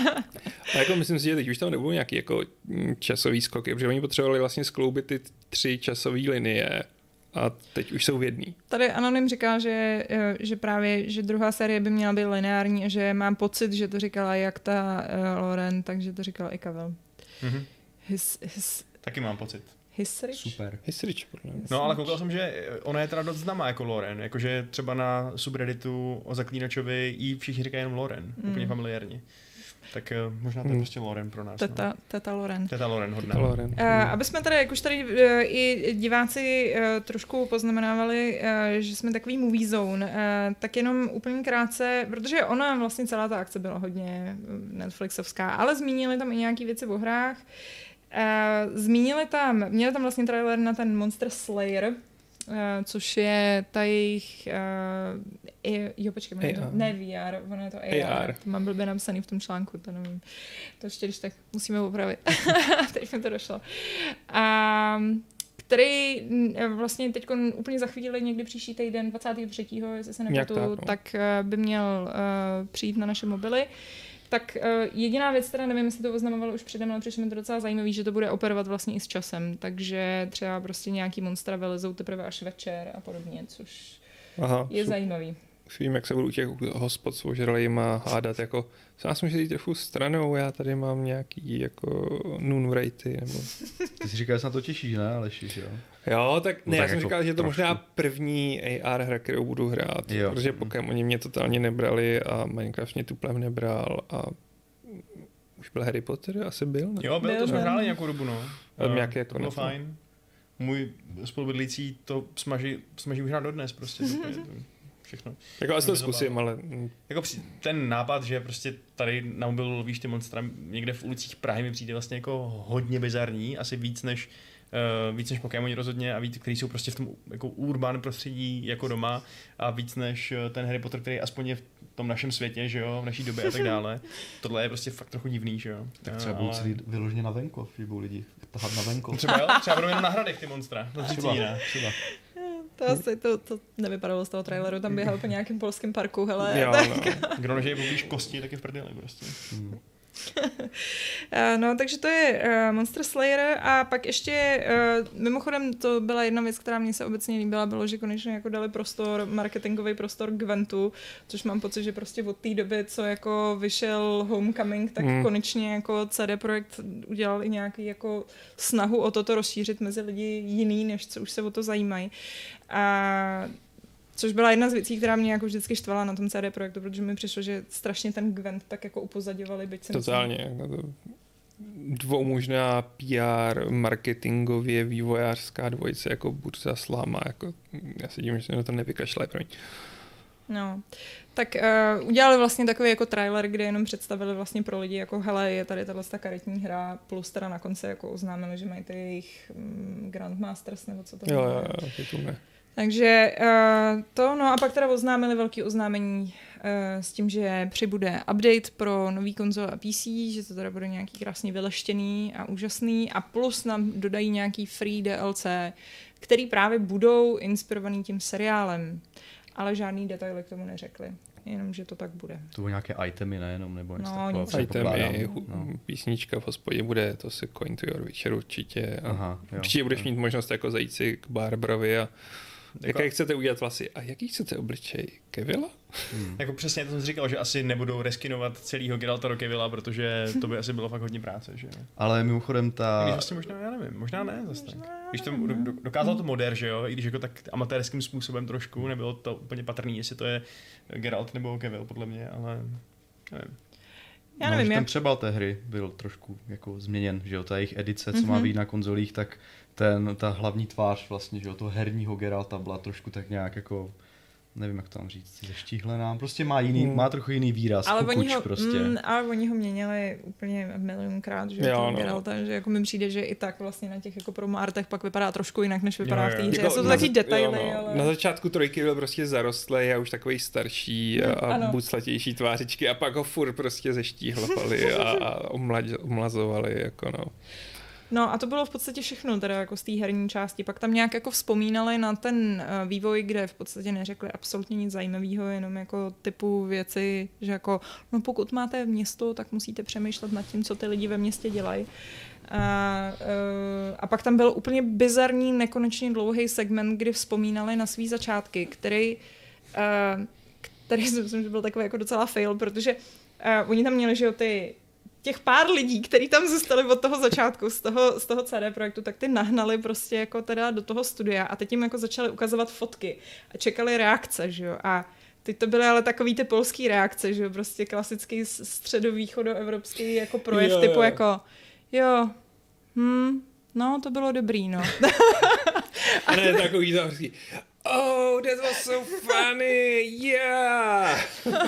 A jako myslím si, že teď už tam nebudou nějaký jako mm, časový skoky, protože oni potřebovali vlastně skloubit ty tři časové linie a teď už jsou v jedný. Tady Anonym říká, že, eh, že právě, že druhá série by měla být lineární a že mám pocit, že to říkala jak ta uh, Lauren, takže to říkal i Cavell. mhm, His, his, taky mám pocit. Hisrich? Super. Hisrich, podle mě. No ale koukal jsem, že ona je teda dost známá jako Lauren, jakože třeba na subredditu o Zaklínačovi jí všichni říkají jenom Lauren, Mm. úplně familiárně. Tak uh, možná to je Mm. prostě Lauren pro nás. Teta, No. teta Lauren. Teta Lauren, hodná. Lauren. Uh, aby jsme tady, jak už tady uh, i diváci uh, trošku poznamenávali, uh, že jsme takový movie zone, uh, tak jenom úplně krátce, protože ona vlastně celá ta akce byla hodně Netflixovská, ale zmínili tam i nějaký věci o hrách. Uh, zmínili tam, měli tam vlastně trailer na ten Monster Slayer, uh, což je ta jejich, uh, i, jo počkej, ono je to, A R. ne V R, ono je to A R, A R. to mám blbě napsaný v tom článku, to nevím, to ještě když tak musíme opravit, teď mi to došlo. A který mm, vlastně teď úplně za chvíli, někdy příští týden, dvacátého třetího jestli se Nějak nepletu, tak, no. tak uh, by měl uh, přijít na naše mobily. Tak uh, jediná věc, teda nevím, jestli to oznamoval už předem, ale přišlo mi to docela zajímavý, že to bude operovat vlastně i s časem, takže třeba prostě nějaký monstra vylezou teprve až večer a podobně, což Aha, je super. zajímavý. Už vím, jak se budu těch hospod s ožralýma hádat, jako se nás může jít trochu stranou, já tady mám nějaký jako Noonwrighty, nebo... Ty si říkal, že se na to těšíš, ne, Aleši, že jo? Jo, tak No ne, tak já jsem jako říkal, že to trošku. možná první A R hra, kterou budu hrát, Jo. protože Pokémoni mě totálně nebrali a Minecraft mě tuplem nebral a už byl Harry Potter, asi byl, ne? Jo, byl, Byl, to jsme byl. hráli nějakou dobu, no. Ale Eh, nějaký jako to bylo na to. fajn. Můj spolubydlící to smaží, smaží možná dodnes prostě. To, je to všechno. Jako asi to Mě zkusím, ale mm, Jako při- ten nápad, že prostě tady na mobilu lovíš ty monstra někde v ulicích Prahy mi přijde vlastně jako hodně bizarní, asi víc než Uh, víc než Pokémoni rozhodně a víc, který jsou prostě v tom jako urban prostředí jako doma a víc než uh, ten Harry Potter, který aspoň je v tom našem světě, že jo, v naší době a tak dále. Tohle je prostě fakt trochu divný, že jo. Tak Eh, třeba budou ale- celý vyloženě na venkov, že budou lidi tahat na venkov. Třeba jo, třeba budou jenom na hradech ty monstra. To je Třeba, jiné. třeba. To asi to, to nevypadalo z toho traileru, tam běhal po nějakém polském parku, hele. jo, tak. no. Kdo nežije poblíž kosti, tak je v prdeli prostě. Hmm. Uh, no, takže to je uh, Monster Slayer a pak ještě, uh, mimochodem to byla jedna věc, která mě se obecně líbila, bylo, že konečně jako dali prostor, marketingový prostor Gwentu, což mám pocit, že prostě od té doby, co jako vyšel Homecoming, tak hmm. konečně jako C D Projekt udělal i nějaký jako snahu o toto rozšířit mezi lidi jiný, než co už se o to zajímají. A což byla jedna z věcí, která mě jako vždycky štvala na tom C D Projektu, protože mi přišlo, že strašně ten Gwent tak jako upozaďovali, byť jsem... Totálně. Myslím... Dvoumožná P R, marketingově vývojářská dvojice jako Burza Slama, jako já si tím, že se na to nevykašle, promiň. No, tak uh, udělali vlastně takový jako trailer, kde jenom představili vlastně pro lidi, jako hele, je tady tato karetní hra, plus teda na konci jako oznámili, že mají ty jejich um, Grandmasters, nebo co to jo, jo, jo, to ne. Takže uh, to, no a pak teda oznámili velké oznámení uh, s tím, že přibude update pro nový konzole a P C, že to teda bude nějaký krásně vyleštěný a úžasný a plus nám dodají nějaký free D L C, který právě budou inspirovaný tím seriálem, ale žádný detaily k tomu neřekli. Jenom, že to tak bude. To budou nějaké itemy, nejenom, nebo něco no, takového. Itemy, no. Písnička v hospodě bude, to se Coin to Your Witcher určitě. Aha, jo, určitě budeš mít možnost jako zajít si k Barbarovi a jako... jaké chcete udělat vlasy? A jaký chcete obličej? Kevilla? Hmm. Jako přesně to jsem říkal, že asi nebudou reskinovat celýho Geralta do Kevilla, protože to by asi bylo fakt hodně práce, že jo. Ale mimochodem ta... Když vlastně možná, já nevím, možná ne zase tak. Když to do, dokázal to moder, že jo, i když jako tak amatérským způsobem trošku, nebylo to úplně patrný, jestli to je Geralt nebo Kevill, podle mě, ale nevím. Já no, nevím, ten jak... přebal té hry byl trošku jako změněn, že jo, ta jejich edice, co mm-hmm. má být na konzolích, tak ten, ta hlavní tvář vlastně, že jo, toho herního Geralta byla trošku tak nějak jako, nevím jak to tam říct, zeštíhlená, prostě má jiný, hmm. má trochu jiný výraz, ale kukuč oni ho, prostě. Mm, ale oni ho měnili úplně milionkrát, že jo, toho no. Geralta, že jako mi přijde, že i tak vlastně na těch jako promo artech pak vypadá trošku jinak, než vypadá jo, v té jo. hře. Jako Jsou to na, taky detaily, jo, no. ale... Na začátku trojky byl prostě zarostlej a už takovej starší a, a buclatější tvářičky a pak ho furt prostě zeštíhlovali a, a omlad, omlazovali, jako no. No a to bylo v podstatě všechno teda jako z té herní části. Pak tam nějak jako vzpomínali na ten uh, vývoj, kde v podstatě neřekli absolutně nic zajímavého, jenom jako typu věci, že jako no pokud máte město, tak musíte přemýšlet nad tím, co ty lidi ve městě dělají. A, uh, a pak tam byl úplně bizarní, nekonečně dlouhý segment, kdy vzpomínali na svý začátky, který, uh, který si myslím, že byl takový jako docela fail, protože uh, oni tam měli, že jo, ty těch pár lidí, kteří tam zůstali od toho začátku, z toho, z toho C D Projektu, tak ty nahnali prostě jako teda do toho studia a teď jim jako začali ukazovat fotky a čekali reakce, že jo, a teď to byly ale takový ty polský reakce, že jo, prostě klasický středovýchodoevropský jako projev jo, typu jo. jako jo, hm, no to bylo dobrý, no. A ne takový zářský, oh, that was so funny, yeah!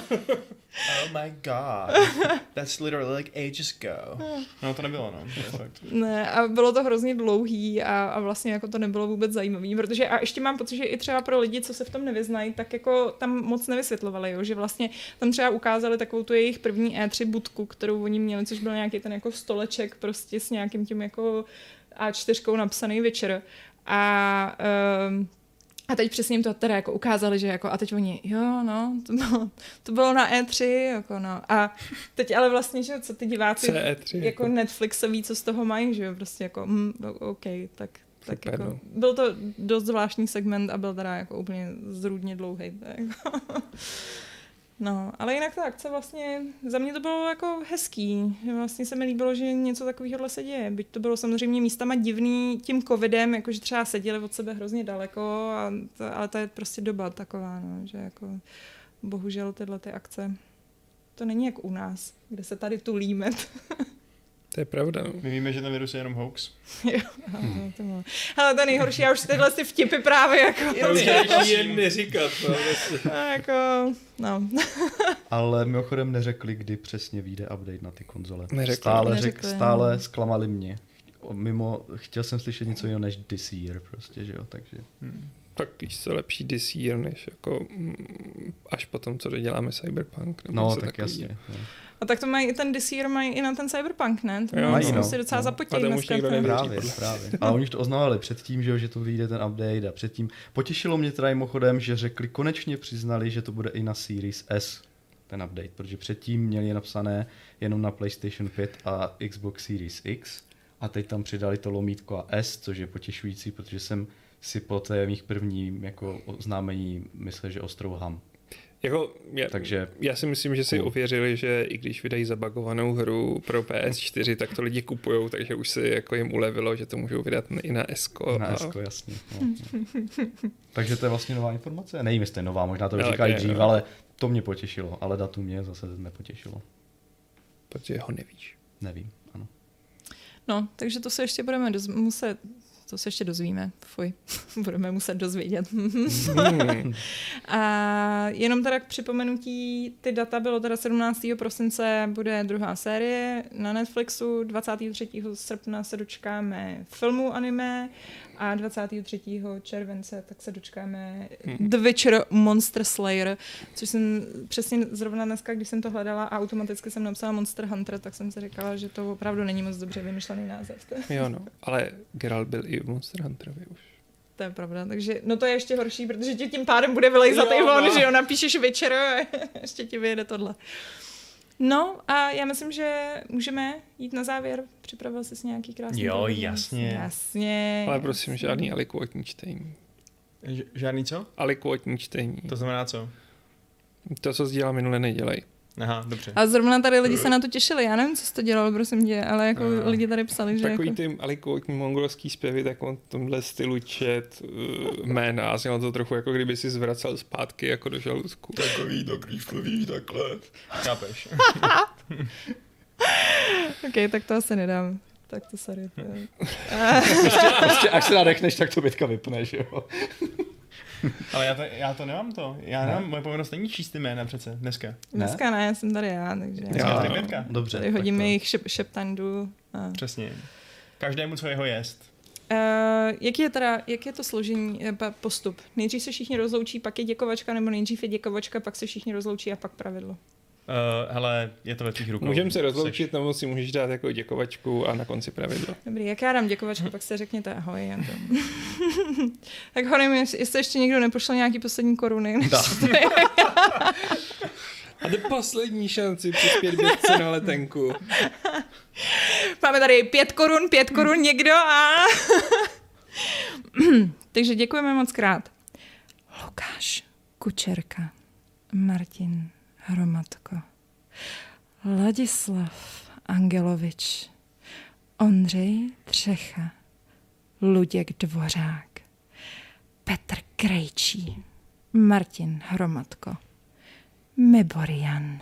Oh my god, that's literally like ages ago. No to nebylo, no. To je fakt. Ne, a bylo to hrozně dlouhý a, a vlastně jako to nebylo vůbec zajímavý, protože a ještě mám pocit, že i třeba pro lidi, co se v tom nevyznají, tak jako tam moc nevysvětlovali, jo, že vlastně tam třeba ukázali takovou tu jejich první E tři budku, kterou oni měli, což byl nějaký ten jako stoleček prostě s nějakým tím jako A čtyři napsaný Witcher a um, a teď přesně jim to teda jako ukázali, že jako a teď oni, jo, no, to bylo, to bylo na E tři, jako no. A teď ale vlastně, že co ty diváci E tři, jako, jako Netflixoví, co z toho mají, že jo, prostě jako, hm, OK, tak, tak super, jako, no. byl to dost zvláštní segment a byl teda jako úplně zrůdně dlouhý, jako. No, ale jinak ta akce vlastně, za mě to bylo jako hezký, že vlastně se mi líbilo, že něco takového se děje, byť to bylo samozřejmě místama divný tím covidem, jakože třeba seděli od sebe hrozně daleko, a to, ale to je prostě doba taková, no, že jako bohužel tyhle ty akce, to není jak u nás, kde se tady tulíme. To je pravda, no. My víme, že ten virus je jenom hoax. Jo, no, to bylo. Ale to nejhorší, já už tyhle ty vtipy právě jako... Já už nechci jen neříkat, no. A jako, no. Ale mimochodem neřekli, kdy přesně vyjde update na ty konzole. Neřekli. Stále, Neřekli, řek, stále zklamali mě. Mimo, chtěl jsem slyšet něco jiného než this year prostě, že jo, takže... Hmm. Tak když se lepší this year, než jako mm, až potom, co doděláme Cyberpunk. Nebo No, tak takový, jasně. No. A tak to mají i ten this year, mají i na ten Cyberpunk, ne? To Jo, mají no. si docela No. zapotí A to už dneska. nikdo ten- neví. Právě, právě. Ale oni už to oznámili předtím, že, jo, že to vyjde ten update a předtím. Potěšilo mě teda mimochodem, že řekli, konečně přiznali, že to bude i na Series S. ten update, protože předtím měli napsané jenom na PlayStation pět a Xbox Series X a teď tam přidali to lomítko a S, což je potěšující, protože jsem si po té mých první jako oznámení myslel, že ostrouhám. Jako, já, Takže, já si myslím, že si cool. ověřili, že i když vydají zabagovanou hru pro P S čtyři, tak to lidi kupujou, takže už si jako jim ulevilo, že to můžou vydat i na Esko. Na a... Esko, jasně. No. Takže to je vlastně nová informace. Nevím, jestli je nová, možná to už No, říkali je, dřív, no. ale to mě potěšilo, ale datum mě zase nepotěšilo. Protože ho nevíš. Nevím, ano. No, takže to se ještě budeme doz- muset, to se ještě dozvíme, fuj, budeme muset dozvědět. Hmm. A jenom teda k připomenutí, ty data bylo teda sedmnáctého prosince bude druhá série na Netflixu, dvacátého třetího srpna se dočkáme filmu anime a dvacátého třetího července tak se dočkáme Hmm. The Witcher Monster Slayer, což jsem přesně zrovna dneska, když jsem to hledala a automaticky jsem napsala Monster Hunter, tak jsem si říkala, že to opravdu není moc dobře vymyšlený název. Jo no, ale Geralt byl i v Monster Hunterovi už. To je pravda, takže no to je ještě horší, protože ti tím pádem bude vylejzatý Jo, von, no. že jo, napíšeš Witcher a ještě ti vyjede tohle. No a já myslím, že můžeme jít na závěr. Připravil jsi nějaký krásný Jo, program? jasně. Jasně. Ale prosím, žádný alikvotní čtení. Ž- žádný co? Alikvotní čtení. To znamená co? To, co jsi dělal minule, nedělej. Aha, dobře. A zrovna tady lidi se na to těšili. Já nevím, co jsi to dělal, prosím tě, ale jako No. lidi tady psali, že Takový jako... ty alikvotní mongolský zpěvy, tak on v tomhle stylu čet uh, jména a znělo to trochu jako kdyby si zvracel zpátky jako do žaludku. Takový takový flivý takhle. Chápeš? OK, tak to asi nedám. Tak to sorry. To je... Prostě až se nadechneš, tak to Bětka vypne, že jo? Ale já to, já to nemám to. Já nemám, moje povinnost není číst ty jména přece dneska. Dneska ne, jsem tady já, takže... Dneska Já- je tady Bětka. Dobře. Tady tak hodíme to- jejich šep, šeptandu. A... Přesně. Každému co jeho jest. Uh, jak je teda, jak je to složení, eh, pa- postup? Nejdřív se všichni rozloučí, pak je děkovačka, nebo nejdřív je děkovačka, pak se všichni rozloučí a pak pravidlo? Uh, hele, je to ve tvých rukou. Můžeme se Seš- rozloučit, nebo si můžeš dát jako děkovačku a na konci pravidlo. Dobrý, jak já dám děkovačku, pak se řekněte ahoj. A to. Tak honem, jestli jestli ještě někdo nepošel nějaký poslední koruny. než- A to poslední šanci přispět Bětce na letenku. Máme tady pět korun, pět korun někdo a... Takže děkujeme moc krát. Lukáš Kučerka, Martin Hromadko, Ladislav Angelovič, Ondřej Třecha, Luděk Dvořák, Petr Krejčí, Martin Hromadko, Miborian.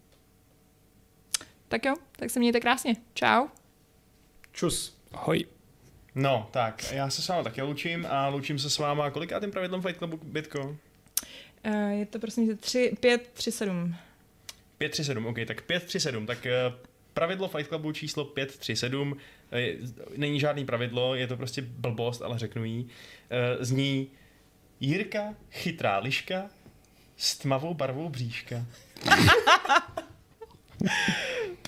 Tak jo, tak se mějte krásně. Čau. Čus. Ahoj. No, tak, já se s váma taky loučím a loučím se s váma kolikátým pravidlem Fight Clubu, Bětko? Uh, je to prosím tě tři, pět, tři, sedm. pět tři sedm, ok, tak pět tři sedm, tak uh, pravidlo Fight Clubu číslo pět tři sedm, uh, není žádný pravidlo, je to prostě blbost, ale řeknu jí, uh, zní Jirka, chytrá liška s tmavou barvou bříška.